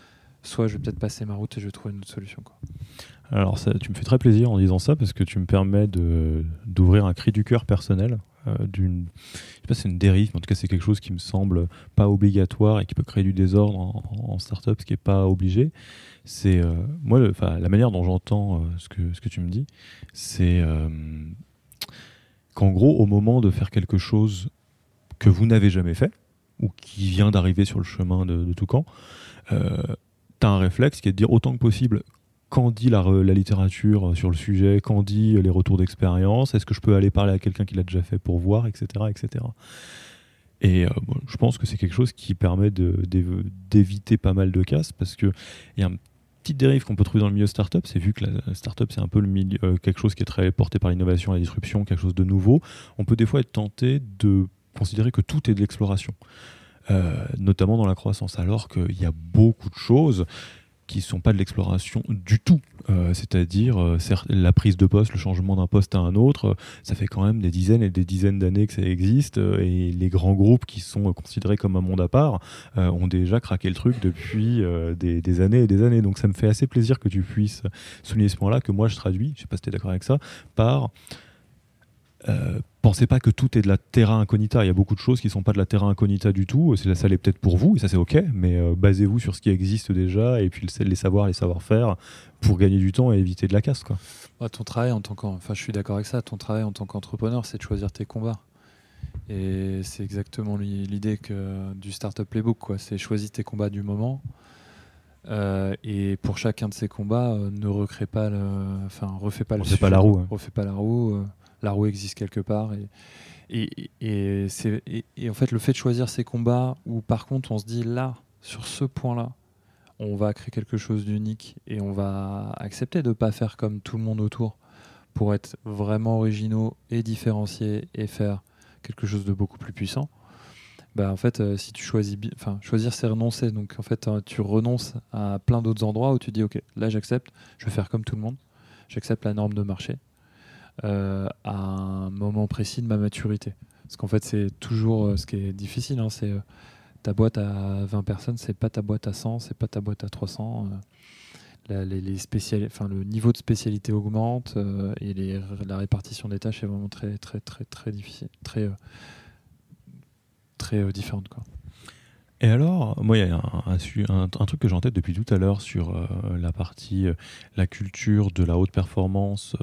soit je vais peut-être passer ma route et je vais trouver une autre solution, quoi. Alors tu me fais très plaisir en disant ça parce que tu me permets d'ouvrir un cri du cœur personnel je sais pas si c'est une dérive, mais en tout cas c'est quelque chose qui me semble pas obligatoire et qui peut créer du désordre en startup, ce qui est pas obligé. C'est moi la manière dont j'entends ce que tu me dis, c'est qu'en gros au moment de faire quelque chose que vous n'avez jamais fait ou qui vient d'arriver sur le chemin de Toucan, t'as un réflexe qui est de dire autant que possible qu'en dit la littérature sur le sujet, qu'en dit les retours d'expérience, est-ce que je peux aller parler à quelqu'un qui l'a déjà fait pour voir, etc. etc. Et je pense que c'est quelque chose qui permet d'éviter pas mal de casses, parce qu'il y a une petite dérive qu'on peut trouver dans le milieu startup, c'est vu que la startup c'est un peu le milieu, quelque chose qui est très porté par l'innovation et la disruption, quelque chose de nouveau, on peut des fois être tenté de considérer que tout est de l'exploration, notamment dans la croissance, alors qu'il y a beaucoup de choses qui ne sont pas de l'exploration du tout. C'est-à-dire la prise de poste, le changement d'un poste à un autre, ça fait quand même des dizaines et des dizaines d'années que ça existe, et les grands groupes qui sont considérés comme un monde à part ont déjà craqué le truc depuis des années et des années. Donc ça me fait assez plaisir que tu puisses souligner ce point-là, que moi je traduis, je ne sais pas si tu es d'accord avec ça, par... pensez pas que tout est de la terra incognita. Il y a beaucoup de choses qui ne sont pas de la terra incognita du tout. Ça l'est peut-être pour vous, et ça c'est ok, mais basez-vous sur ce qui existe déjà, et puis les savoirs, les savoir-faire, pour gagner du temps et éviter de la casse, quoi. Ton travail je suis d'accord avec ça, ton travail en tant qu'entrepreneur, c'est de choisir tes combats. Et c'est exactement l'idée du Startup Playbook, quoi. C'est choisir tes combats du moment. Et pour chacun de ces combats, ne refais pas la roue. Hein. Refais pas la roue. La roue existe quelque part. Et en fait, le fait de choisir ces combats où, par contre, on se dit là, sur ce point-là, on va créer quelque chose d'unique et on va accepter de ne pas faire comme tout le monde autour pour être vraiment originaux et différenciés et faire quelque chose de beaucoup plus puissant. En fait, si tu choisir, c'est renoncer. Donc, en fait, tu renonces à plein d'autres endroits où tu dis, OK, là, j'accepte, je vais faire comme tout le monde. J'accepte la norme de marché à un moment précis de ma maturité. Parce qu'en fait, c'est toujours ce qui est difficile. Hein, c'est ta boîte à 20 personnes, c'est pas ta boîte à 100, c'est pas ta boîte à 300. Le niveau de spécialité augmente et la répartition des tâches est vraiment très, très, très, très difficile. Très différente, quoi. Et alors, moi, il y a un truc que j'ai en tête depuis tout à l'heure sur la partie, la culture de la haute performance,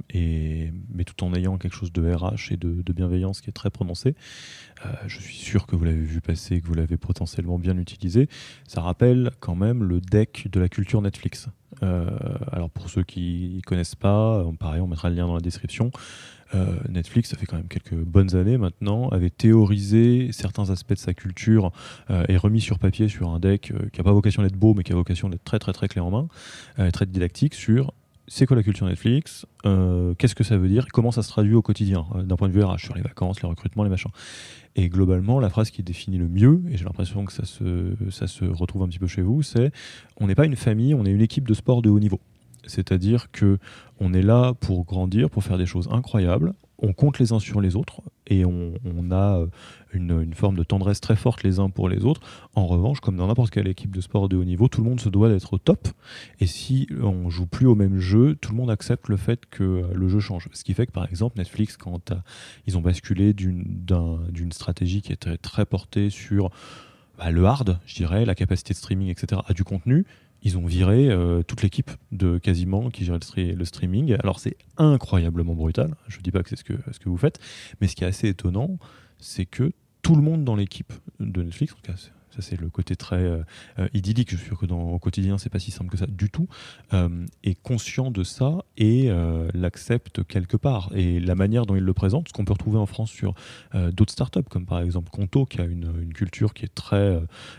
mais tout en ayant quelque chose de RH et de bienveillance qui est très prononcé. Je suis sûr que vous l'avez vu passer, que vous l'avez potentiellement bien utilisé. Ça rappelle quand même le deck de la culture Netflix. Alors pour ceux qui ne connaissent pas, pareil, on mettra le lien dans la description. Netflix, ça fait quand même quelques bonnes années maintenant, avait théorisé certains aspects de sa culture et remis sur papier sur un deck qui n'a pas vocation d'être beau, mais qui a vocation d'être très très très clé en main, très didactique sur c'est quoi la culture Netflix, qu'est-ce que ça veut dire, comment ça se traduit au quotidien, d'un point de vue RH, sur les vacances, les recrutements, les machins. Et globalement, la phrase qui définit le mieux, et j'ai l'impression que ça se retrouve un petit peu chez vous, c'est on n'est pas une famille, on est une équipe de sport de haut niveau. C'est-à-dire qu'on est là pour grandir, pour faire des choses incroyables, on compte les uns sur les autres et on a une forme de tendresse très forte les uns pour les autres. En revanche, comme dans n'importe quelle équipe de sport de haut niveau, tout le monde se doit d'être au top, et si on joue plus au même jeu, tout le monde accepte le fait que le jeu change. Ce qui fait que par exemple Netflix, quand ils ont basculé d'une stratégie qui était très portée sur le hard, je dirais, la capacité de streaming, etc., à du contenu, ils ont viré toute l'équipe de quasiment qui gérait le streaming. Alors c'est incroyablement brutal, je ne dis pas que c'est ce que vous faites, mais ce qui est assez étonnant, c'est que tout le monde dans l'équipe de Netflix, en tout cas ça c'est le côté très idyllique, je suis sûr que au quotidien c'est pas si simple que ça du tout, est conscient de ça et l'accepte quelque part. Et la manière dont il le présente, ce qu'on peut retrouver en France sur d'autres startups, comme par exemple Conto, qui a une culture qui est très...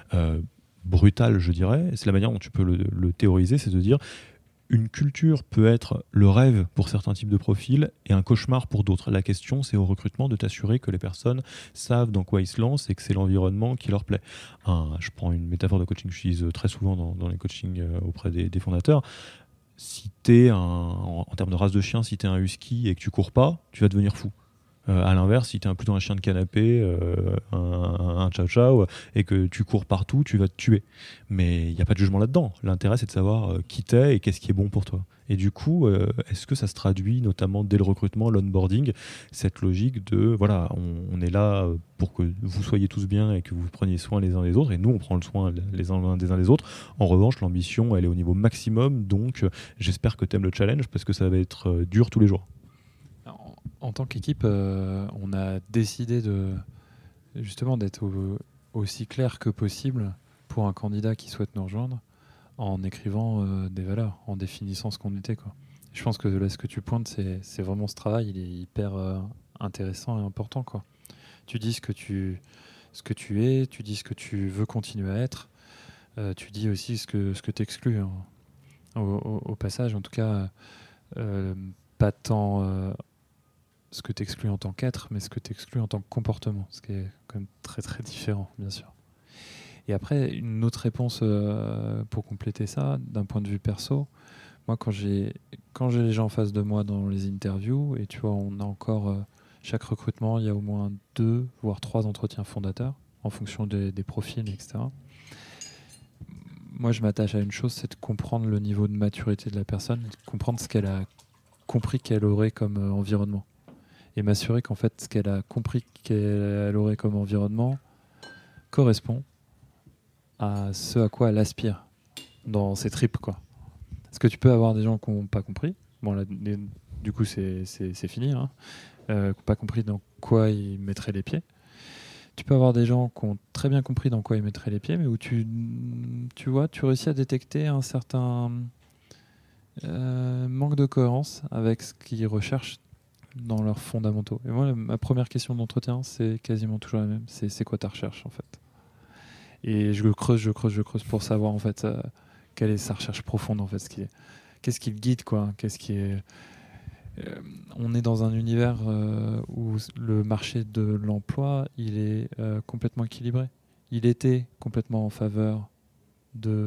brutal, je dirais, c'est la manière dont tu peux le théoriser, c'est de dire une culture peut être le rêve pour certains types de profils et un cauchemar pour d'autres. La question, c'est au recrutement de t'assurer que les personnes savent dans quoi ils se lancent et que c'est l'environnement qui leur plaît. Je prends une métaphore de coaching que j'utilise très souvent dans les coachings auprès des fondateurs. Si t'es en termes de race de chien, si t'es un husky et que tu cours pas, tu vas devenir fou. À l'inverse, si tu es un plutôt un chien de canapé, un ciao-ciao, et que tu cours partout, tu vas te tuer. Mais il n'y a pas de jugement là-dedans. L'intérêt, c'est de savoir qui t'es et qu'est-ce qui est bon pour toi. Et du coup, est-ce que ça se traduit notamment dès le recrutement, l'onboarding, cette logique de, voilà, on est là pour que vous soyez tous bien et que vous preniez soin les uns des autres, et nous, on prend le soin les uns des autres. En revanche, l'ambition, elle est au niveau maximum, donc j'espère que tu aimes le challenge, parce que ça va être dur tous les jours. En tant qu'équipe, on a décidé justement d'être aussi clair que possible pour un candidat qui souhaite nous rejoindre, en écrivant des valeurs, en définissant ce qu'on était, quoi. Je pense que là, ce que tu pointes, c'est vraiment ce travail, il est hyper intéressant et important, quoi. Tu dis ce que tu es, tu dis ce que tu veux continuer à être, tu dis aussi ce que tu exclus, hein. Au passage, en tout cas, pas tant ce que tu exclus en tant qu'être, mais ce que tu exclus en tant que comportement, ce qui est quand même très très différent, bien sûr. Et après, une autre réponse pour compléter ça, d'un point de vue perso, moi quand j'ai les gens en face de moi dans les interviews, et tu vois, on a encore chaque recrutement, il y a au moins 2 voire 3 entretiens fondateurs en fonction des profils, etc. Moi je m'attache à une chose, c'est de comprendre le niveau de maturité de la personne, de comprendre ce qu'elle a compris qu'elle aurait comme environnement, et m'assurer qu'en fait ce qu'elle a compris qu'elle aurait comme environnement correspond à ce à quoi elle aspire dans ses tripes, quoi. Parce que tu peux avoir des gens qui n'ont pas compris. Bon, là, du coup, c'est fini, hein. Qui n'ont pas compris dans quoi ils mettraient les pieds. Tu peux avoir des gens qui ont très bien compris dans quoi ils mettraient les pieds, mais où tu vois, tu réussis à détecter un certain manque de cohérence avec ce qu'ils recherchent dans leurs fondamentaux. Et moi, ma première question d'entretien, c'est quasiment toujours la même. C'est quoi ta recherche, en fait? Et je creuse pour savoir, en fait, quelle est sa recherche profonde, en fait, qu'est-ce qui le guide, quoi. On est dans un univers où le marché de l'emploi, il est complètement équilibré. Il était complètement en faveur de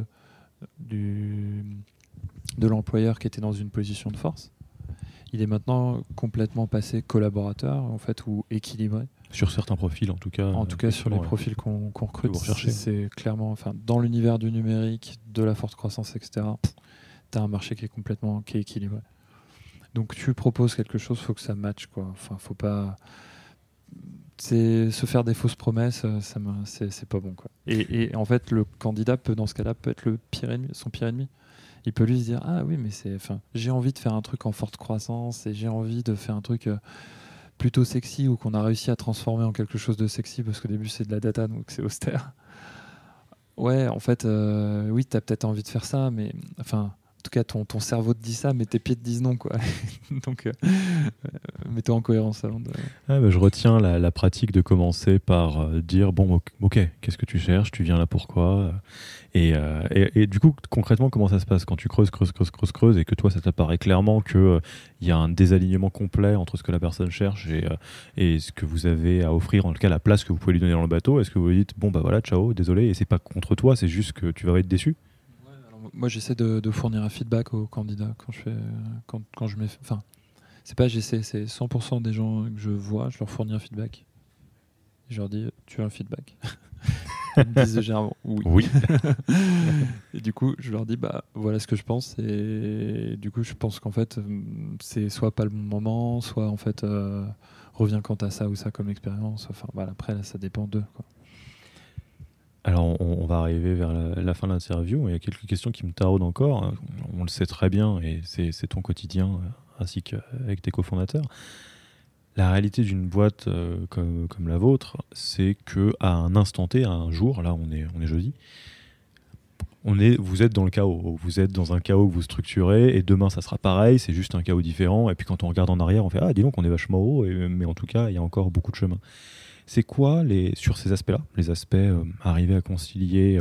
l'employeur qui était dans une position de force. Il est maintenant complètement passé collaborateur, en fait, ou équilibré. Sur certains profils, en tout cas. En tout cas, sur les profils qu'on recrute, c'est clairement, enfin, dans l'univers du numérique, de la forte croissance, etc., tu as un marché qui est équilibré. Donc, tu proposes quelque chose, il faut que ça matche, quoi. Enfin, faut pas... se faire des fausses promesses, c'est pas bon, quoi. Et en fait, le candidat peut, dans ce cas-là, peut être son pire ennemi. Il peut lui se dire, ah oui, mais j'ai envie de faire un truc en forte croissance, et j'ai envie de faire un truc plutôt sexy, ou qu'on a réussi à transformer en quelque chose de sexy, parce qu'au début c'est de la data, donc c'est austère. Ouais, en fait, oui, t'as peut-être envie de faire ça, mais enfin, en tout cas, ton cerveau te dit ça, mais tes pieds te disent non, quoi. Donc, mets-toi en cohérence avant de... Je retiens la pratique de commencer par dire, bon, ok, qu'est-ce que tu cherches? Tu viens là pourquoi? Et du coup, concrètement, comment ça se passe quand tu creuses et que toi, ça t'apparaît clairement qu'il y a un désalignement complet entre ce que la personne cherche et ce que vous avez à offrir, en tout cas la place que vous pouvez lui donner dans le bateau? Est-ce que vous lui dites, bon, bah voilà, ciao, désolé, et c'est pas contre toi, c'est juste que tu vas être déçu? Moi, j'essaie de fournir un feedback aux candidats quand je mets... Enfin, c'est pas j'essaie, c'est 100% des gens que je vois, je leur fournis un feedback. Je leur dis, tu as un feedback? Ils me disent généralement oui. Et du coup, je leur dis, bah voilà ce que je pense. Et du coup, je pense qu'en fait, c'est soit pas le bon moment, soit en fait, reviens quand t'as ça ou ça comme expérience. Enfin, voilà, après, là, ça dépend d'eux, quoi. Alors, on va arriver vers la fin de l'interview. Il y a quelques questions qui me taraudent encore. On le sait très bien, et c'est ton quotidien, ainsi qu'avec tes cofondateurs. La réalité d'une boîte comme la vôtre, c'est qu'à un instant T, à un jour, là on est jeudi, vous êtes dans le chaos. Vous êtes dans un chaos que vous structurez, et demain ça sera pareil, c'est juste un chaos différent. Et puis quand on regarde en arrière, on fait « Ah, dis donc, on est vachement haut », mais en tout cas, il y a encore beaucoup de chemin. C'est quoi, sur ces aspects-là, les aspects arriver à concilier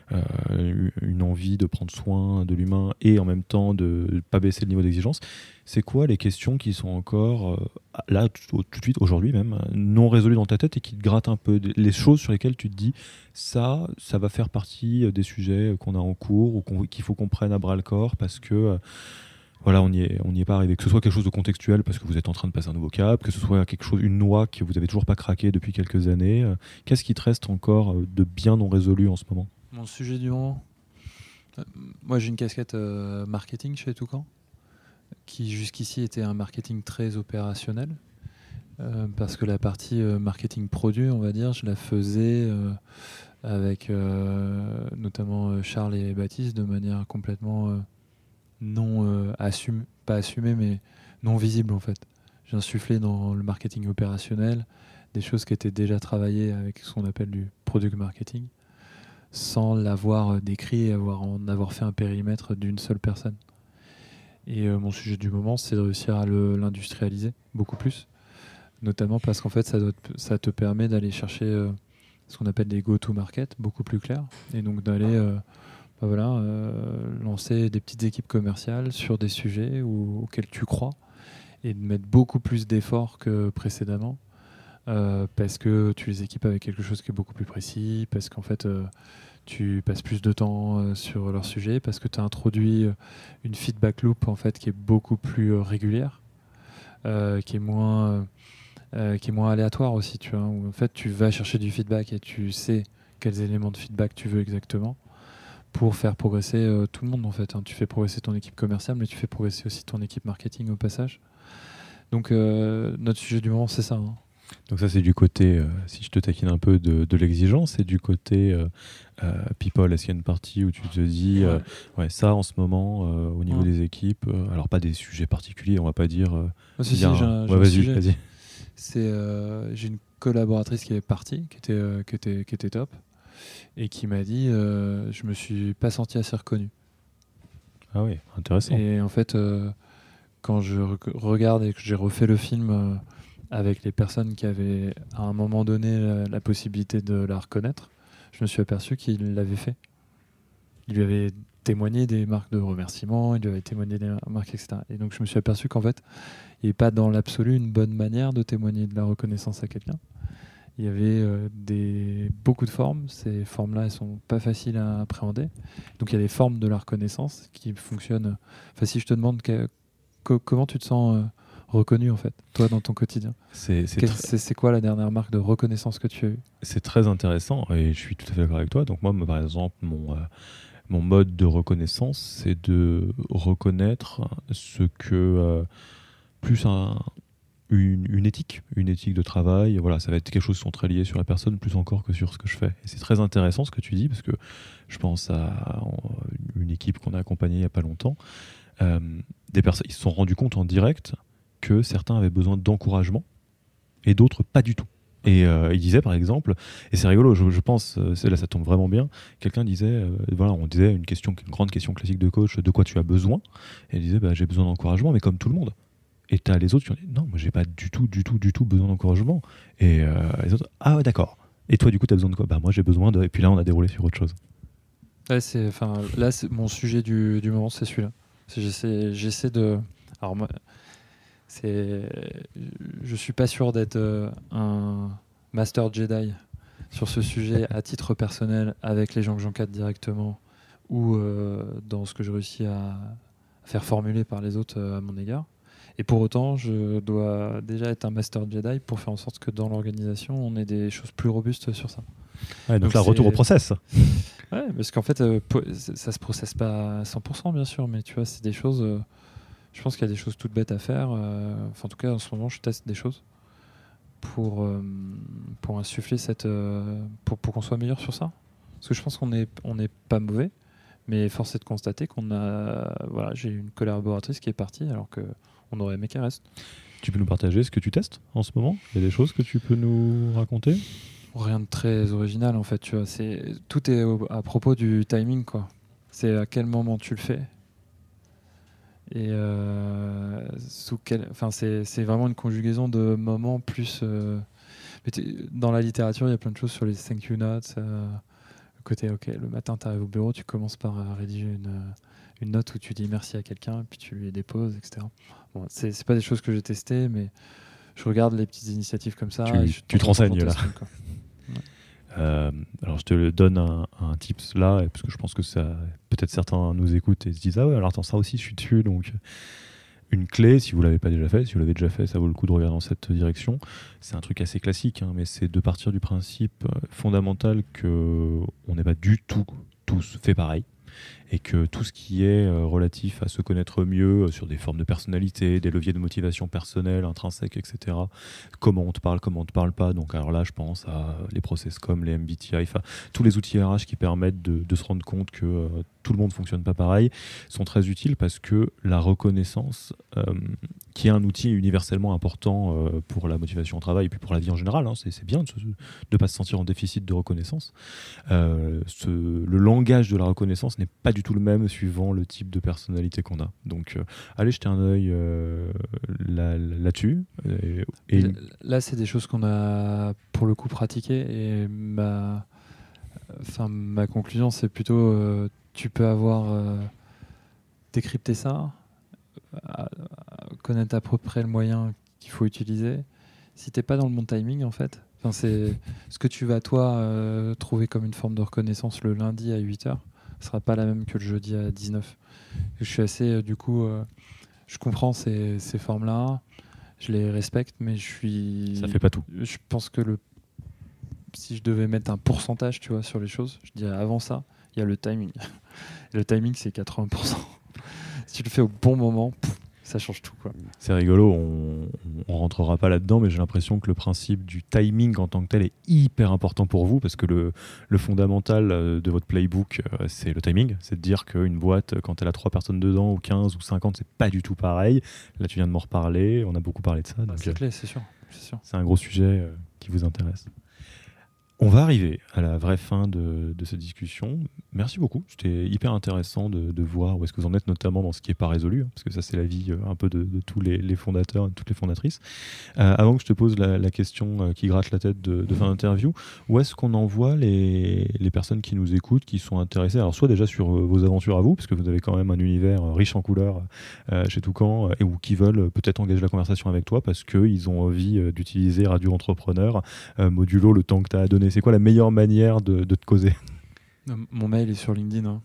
une envie de prendre soin de l'humain et en même temps de ne pas baisser le niveau d'exigence? C'est quoi les questions qui sont encore, là, tout de suite, aujourd'hui même, non résolues dans ta tête et qui te grattent un peu? Les choses sur lesquelles tu te dis, ça va faire partie des sujets qu'on a en cours ou qu'il faut qu'on prenne à bras le corps parce que voilà, on n'y est pas arrivé. Que ce soit quelque chose de contextuel parce que vous êtes en train de passer un nouveau cap, que ce soit quelque chose, une noix que vous avez toujours pas craqué depuis quelques années. Qu'est-ce qui te reste encore de bien non résolu en ce moment? Mon sujet du moment, moi j'ai une casquette marketing chez Toucan, qui jusqu'ici était un marketing très opérationnel, parce que la partie marketing produit, on va dire, je la faisais avec notamment Charles et Baptiste de manière complètement non pas assumée, mais non visible en fait. J'ai insufflé dans le marketing opérationnel des choses qui étaient déjà travaillées avec ce qu'on appelle du product marketing, sans l'avoir décrit et en avoir fait un périmètre d'une seule personne. Et mon sujet du moment, c'est de réussir à l'industrialiser beaucoup plus, notamment parce qu'en fait, ça te permet d'aller chercher ce qu'on appelle des go-to-market beaucoup plus clairs, et donc d'aller lancer des petites équipes commerciales sur des sujets auxquels tu crois, et de mettre beaucoup plus d'efforts que précédemment, parce que tu les équipes avec quelque chose qui est beaucoup plus précis, parce qu'en fait tu passes plus de temps sur leur sujet, parce que tu as introduit une feedback loop en fait qui est beaucoup plus régulière, qui est moins aléatoire aussi, tu vois, où en fait tu vas chercher du feedback et tu sais quels éléments de feedback tu veux exactement pour faire progresser tout le monde en fait, hein. Tu fais progresser ton équipe commerciale, mais tu fais progresser aussi ton équipe marketing au passage. Donc notre sujet du moment, c'est ça, hein. Donc ça, c'est du côté, si je te taquine un peu, de l'exigence, c'est du côté people. Est-ce qu'il y a une partie où tu te dis, ça en ce moment, au niveau des équipes, alors pas des sujets particuliers, on va pas dire... j'ai un sujet. Vas-y. J'ai une collaboratrice qui est partie, qui était top, et qui m'a dit je me suis pas senti assez reconnu. Ah oui, intéressant. Et en fait, quand je regarde et que j'ai refait le film avec les personnes qui avaient à un moment donné la possibilité de la reconnaître, je me suis aperçu qu'il l'avait fait. Il lui avait témoigné des marques de remerciement, il lui avait témoigné des marques, etc. Et donc je me suis aperçu qu'en fait, il n'y avait pas dans l'absolu une bonne manière de témoigner de la reconnaissance à quelqu'un. Il y avait beaucoup de formes. Ces formes-là, elles sont pas faciles à appréhender. Donc il y a des formes de la reconnaissance qui fonctionnent. Enfin, si je te demande comment tu te sens reconnu en fait, toi dans ton quotidien, c'est quoi la dernière marque de reconnaissance que tu as eue? C'est très intéressant et je suis tout à fait d'accord avec toi. Donc moi, par exemple, mon mode de reconnaissance, c'est de reconnaître ce que plus une éthique de travail. Voilà, ça va être quelque chose qui sont très liés sur la personne plus encore que sur ce que je fais. Et c'est très intéressant ce que tu dis parce que je pense à une équipe qu'on a accompagnée il n'y a pas longtemps. Des personnes, ils se sont rendus compte en direct que certains avaient besoin d'encouragement et d'autres pas du tout. Et il disait par exemple, et c'est rigolo, je pense, là ça tombe vraiment bien, quelqu'un disait, on disait une grande question classique de coach, de quoi tu as besoin? Et il disait, j'ai besoin d'encouragement, mais comme tout le monde. Et tu as les autres qui ont dit, non, moi j'ai pas du tout besoin d'encouragement. Et les autres, ah ouais, d'accord. Et toi du coup tu as besoin de quoi? Moi j'ai besoin de... Et puis là on a déroulé sur autre chose. Ouais, là c'est mon sujet du moment, c'est celui-là. J'essaie de... Alors moi, je suis pas sûr d'être un master Jedi sur ce sujet à titre personnel avec les gens que j'encadre directement ou dans ce que je réussis à faire formuler par les autres à mon égard. Et pour autant, je dois déjà être un master Jedi pour faire en sorte que dans l'organisation, on ait des choses plus robustes sur ça. Ouais, donc là, retour au process. Ouais, parce qu'en fait, ça se processe pas à 100%, bien sûr, mais tu vois, c'est des choses... je pense qu'il y a des choses toutes bêtes à faire. En tout cas, en ce moment, je teste des choses pour insuffler pour qu'on soit meilleur sur ça. Parce que je pense qu'on n'est pas mauvais, mais force est de constater j'ai une collaboratrice qui est partie alors qu'on aurait aimé qu'elle reste. Tu peux nous partager ce que tu testes en ce moment? Il y a des choses que tu peux nous raconter? Rien de très original en fait. Tu vois, tout est à propos du timing, quoi. C'est à quel moment tu le fais. Et c'est vraiment une conjugaison de moments plus... dans la littérature, il y a plein de choses sur les thank you notes. Le côté, le matin, tu arrives au bureau, tu commences par rédiger une note où tu dis merci à quelqu'un, puis tu lui déposes, etc. Bon, c'est pas des choses que j'ai testées, mais je regarde les petites initiatives comme ça. Tu te renseignes là. Alors je te donne un tips là, parce que je pense que ça, peut-être certains nous écoutent et se disent ah ouais, alors attends, ça aussi je suis dessus. Donc une clé, si vous l'avez pas déjà fait, si vous l'avez déjà fait, ça vaut le coup de regarder dans cette direction. C'est un truc assez classique, mais c'est de partir du principe fondamental que on n'est pas du tout tous fait pareil. Et que tout ce qui est relatif à se connaître mieux sur des formes de personnalité, des leviers de motivation personnelle, intrinsèques, etc. Comment on te parle pas. Donc alors là, je pense à les process comme les MBTI, tous les outils RH qui permettent de se rendre compte que tout le monde ne fonctionne pas pareil, sont très utiles parce que la reconnaissance, qui est un outil universellement important pour la motivation au travail et puis pour la vie en général, c'est bien de ne pas se sentir en déficit de reconnaissance. Le langage de la reconnaissance n'est pas du tout le même suivant le type de personnalité qu'on a. Donc, allez jeter un œil là-dessus. Là, c'est des choses qu'on a pour le coup pratiquées et ma conclusion, c'est plutôt tu peux avoir décrypté ça, connaître à peu près le moyen qu'il faut utiliser. Si t'es pas dans le bon timing, en fait, c'est ce que tu vas toi trouver comme une forme de reconnaissance le lundi à 8h, ce sera pas la même que le jeudi à 19h. Je suis assez je comprends ces formes-là, je les respecte, mais ça fait pas tout. Je pense que si je devais mettre un pourcentage, tu vois, sur les choses, je dirais avant ça, il y a le timing. Le timing, c'est 80%. Si tu le fais au bon moment, ça change tout, quoi. C'est rigolo, on rentrera pas là-dedans, mais j'ai l'impression que le principe du timing en tant que tel est hyper important pour vous, parce que le fondamental de votre playbook, c'est le timing. C'est de dire qu'une boîte, quand elle a 3 personnes dedans, ou 15 ou 50, c'est pas du tout pareil. Là, tu viens de m'en reparler, on a beaucoup parlé de ça. Donc, c'est clé, c'est sûr. C'est un gros sujet qui vous intéresse. On va arriver à la vraie fin de cette discussion. Merci beaucoup. C'était hyper intéressant de voir où est-ce que vous en êtes, notamment dans ce qui n'est pas résolu, parce que ça, c'est la vie un peu de tous les fondateurs et toutes les fondatrices. Avant que je te pose la question qui gratte la tête de fin d'interview, où est-ce qu'on envoie les personnes qui nous écoutent, qui sont intéressées, alors soit déjà sur vos aventures à vous, parce que vous avez quand même un univers riche en couleurs chez Toucan, et ou qui veulent peut-être engager la conversation avec toi parce qu'ils ont envie d'utiliser Radio Entrepreneur, modulo le temps que tu as donné. C'est quoi la meilleure manière de te causer ? Mon mail est sur LinkedIn.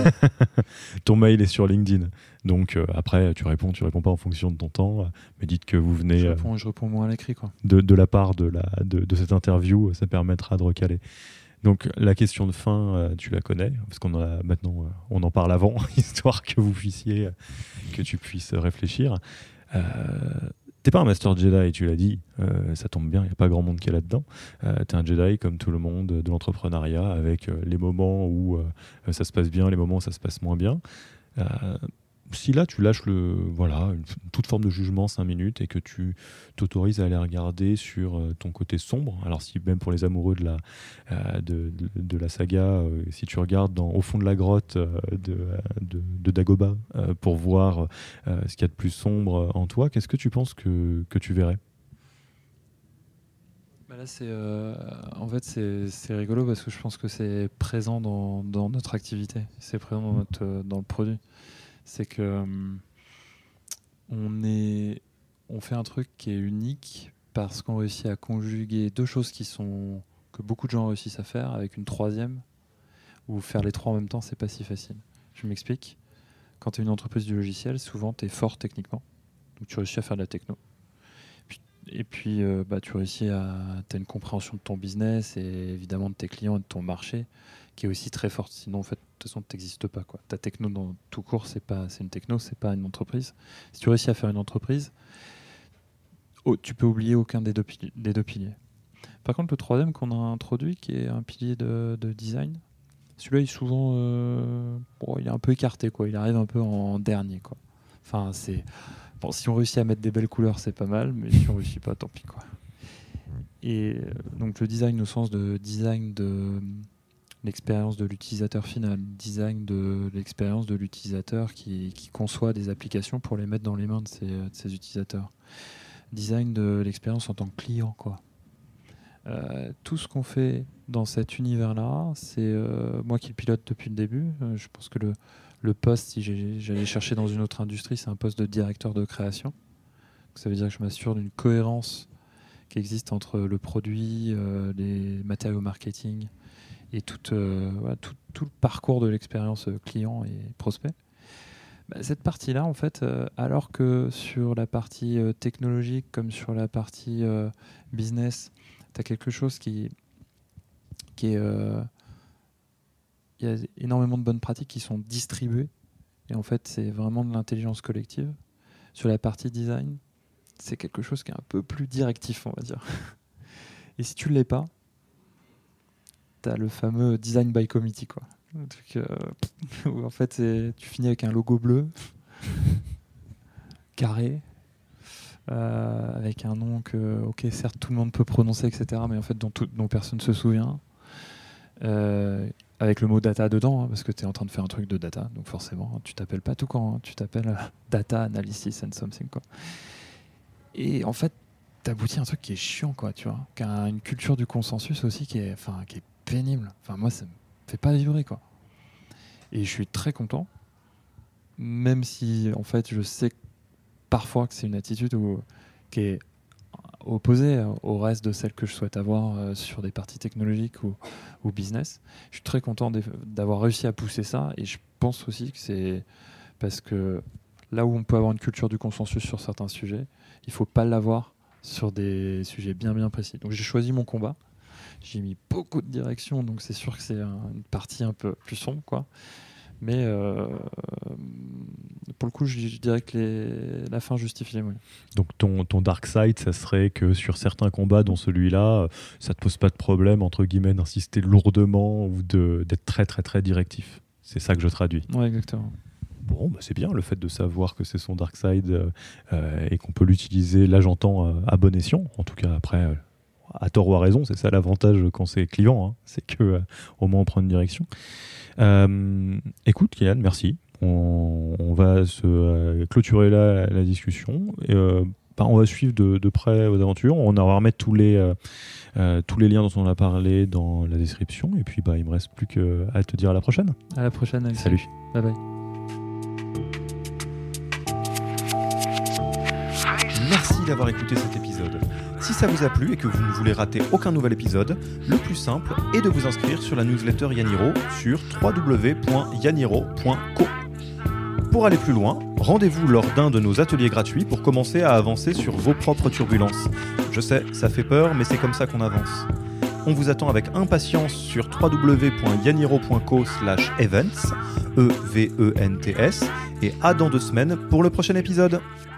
Ton mail est sur LinkedIn. Donc après, tu réponds pas en fonction de ton temps. Mais dites que vous venez... Je réponds moins à l'écrit, quoi. De la part de cette interview, ça permettra de recaler. Donc la question de fin, tu la connais, parce qu'on a maintenant, on en parle avant, histoire que tu puisses réfléchir. T'es pas un Master Jedi, tu l'as dit, ça tombe bien, il n'y a pas grand monde qui est là-dedans. T'es un Jedi comme tout le monde de l'entrepreneuriat, avec les moments où ça se passe bien, les moments où ça se passe moins bien. Si là tu lâches toute forme de jugement 5 minutes et que tu t'autorises à aller regarder sur ton côté sombre, alors si même pour les amoureux de la saga, si tu regardes au fond de la grotte de Dagobah pour voir ce qu'il y a de plus sombre en toi, qu'est-ce que tu penses que tu verrais ? Là, en fait, c'est rigolo parce que je pense que c'est présent dans notre activité, c'est présent dans le produit. C'est que on fait un truc qui est unique parce qu'on réussit à conjuguer 2 choses que beaucoup de gens réussissent à faire avec une 3e, où faire les 3 en même temps, c'est pas si facile. Je m'explique. Quand tu es une entreprise du logiciel, souvent tu es fort techniquement, donc tu réussis à faire de la techno. Et puis tu réussis t'as une compréhension de ton business et évidemment de tes clients et de ton marché qui est aussi très forte. Sinon, en fait, de toute façon, tu n'existes pas, quoi. Ta techno dans tout court, c'est une techno, c'est pas une entreprise. Si tu réussis à faire une entreprise, tu peux oublier aucun des deux piliers. Par contre, le 3e qu'on a introduit, qui est un pilier de design, celui-là, il est souvent, il est un peu écarté, quoi. Il arrive un peu en dernier, quoi. Enfin, si on réussit à mettre des belles couleurs, c'est pas mal, mais si on réussit pas, tant pis, quoi. Et donc le design au sens de design de l'expérience de l'utilisateur final, design de l'expérience de l'utilisateur qui conçoit des applications pour les mettre dans les mains de ses utilisateurs. Design de l'expérience en tant que client, quoi. Tout ce qu'on fait dans cet univers-là, c'est moi qui le pilote depuis le début. Je pense que le poste, si j'allais chercher dans une autre industrie, c'est un poste de directeur de création. Donc ça veut dire que je m'assure d'une cohérence qui existe entre le produit, les matériaux marketing et tout le parcours de l'expérience client et prospect. Cette partie-là, en fait, alors que sur la partie technologique comme sur la partie business, tu as quelque chose qui est... il y a énormément de bonnes pratiques qui sont distribuées. Et en fait, c'est vraiment de l'intelligence collective. Sur la partie design, c'est quelque chose qui est un peu plus directif, on va dire. Et si tu ne l'es pas, tu as le fameux design by committee, quoi. Donc, où en fait, tu finis avec un logo bleu, carré, avec un nom que, ok, certes, tout le monde peut prononcer, etc., mais en fait, dont personne ne se souvient. Avec le mot data dedans, parce que tu es en train de faire un truc de data, donc forcément, tu t'appelles pas Toucan, tu t'appelles Data Analysis and Something, quoi. Et en fait, t'aboutis à un truc qui est chiant, quoi, tu vois, qui a une culture du consensus aussi qui est pénible. Enfin, moi, ça me fait pas vibrer, quoi. Et je suis très content, même si, en fait, je sais parfois que c'est une attitude qui est opposée au reste de celle que je souhaite avoir sur des parties technologiques ou business. Je suis très content d'avoir réussi à pousser ça, et je pense aussi que c'est parce que là où on peut avoir une culture du consensus sur certains sujets, il ne faut pas l'avoir sur des sujets bien bien précis. Donc j'ai choisi mon combat, j'ai mis beaucoup de direction, donc c'est sûr que c'est une partie un peu plus sombre, quoi. Mais pour le coup, je dirais que la fin justifie les moyens. Donc ton dark side, ça serait que sur certains combats, dont celui-là, ça te pose pas de problème, entre guillemets, d'insister lourdement ou d'être très très très directif. C'est ça que je traduis. Ouais, exactement. Bon, c'est bien le fait de savoir que c'est son dark side et qu'on peut l'utiliser, là j'entends, à bon escient. En tout cas, après, à tort ou à raison, c'est ça l'avantage quand c'est clivant, hein. C'est qu'au moins on prend une direction. Écoute, Kylian, merci. On va se clôturer là la discussion. Et, on va suivre de près vos aventures. On va remettre tous les liens dont on a parlé dans la description. Et puis, il me reste plus qu'à te dire à la prochaine. À la prochaine, Alexis. Salut. Bye bye. Merci d'avoir écouté cet épisode. Si ça vous a plu et que vous ne voulez rater aucun nouvel épisode, le plus simple est de vous inscrire sur la newsletter Yaniro sur www.yaniro.co. Pour aller plus loin, rendez-vous lors d'un de nos ateliers gratuits pour commencer à avancer sur vos propres turbulences. Je sais, ça fait peur, mais c'est comme ça qu'on avance. On vous attend avec impatience sur www.yaniro.co/events, EVENTS, et à dans 2 semaines pour le prochain épisode.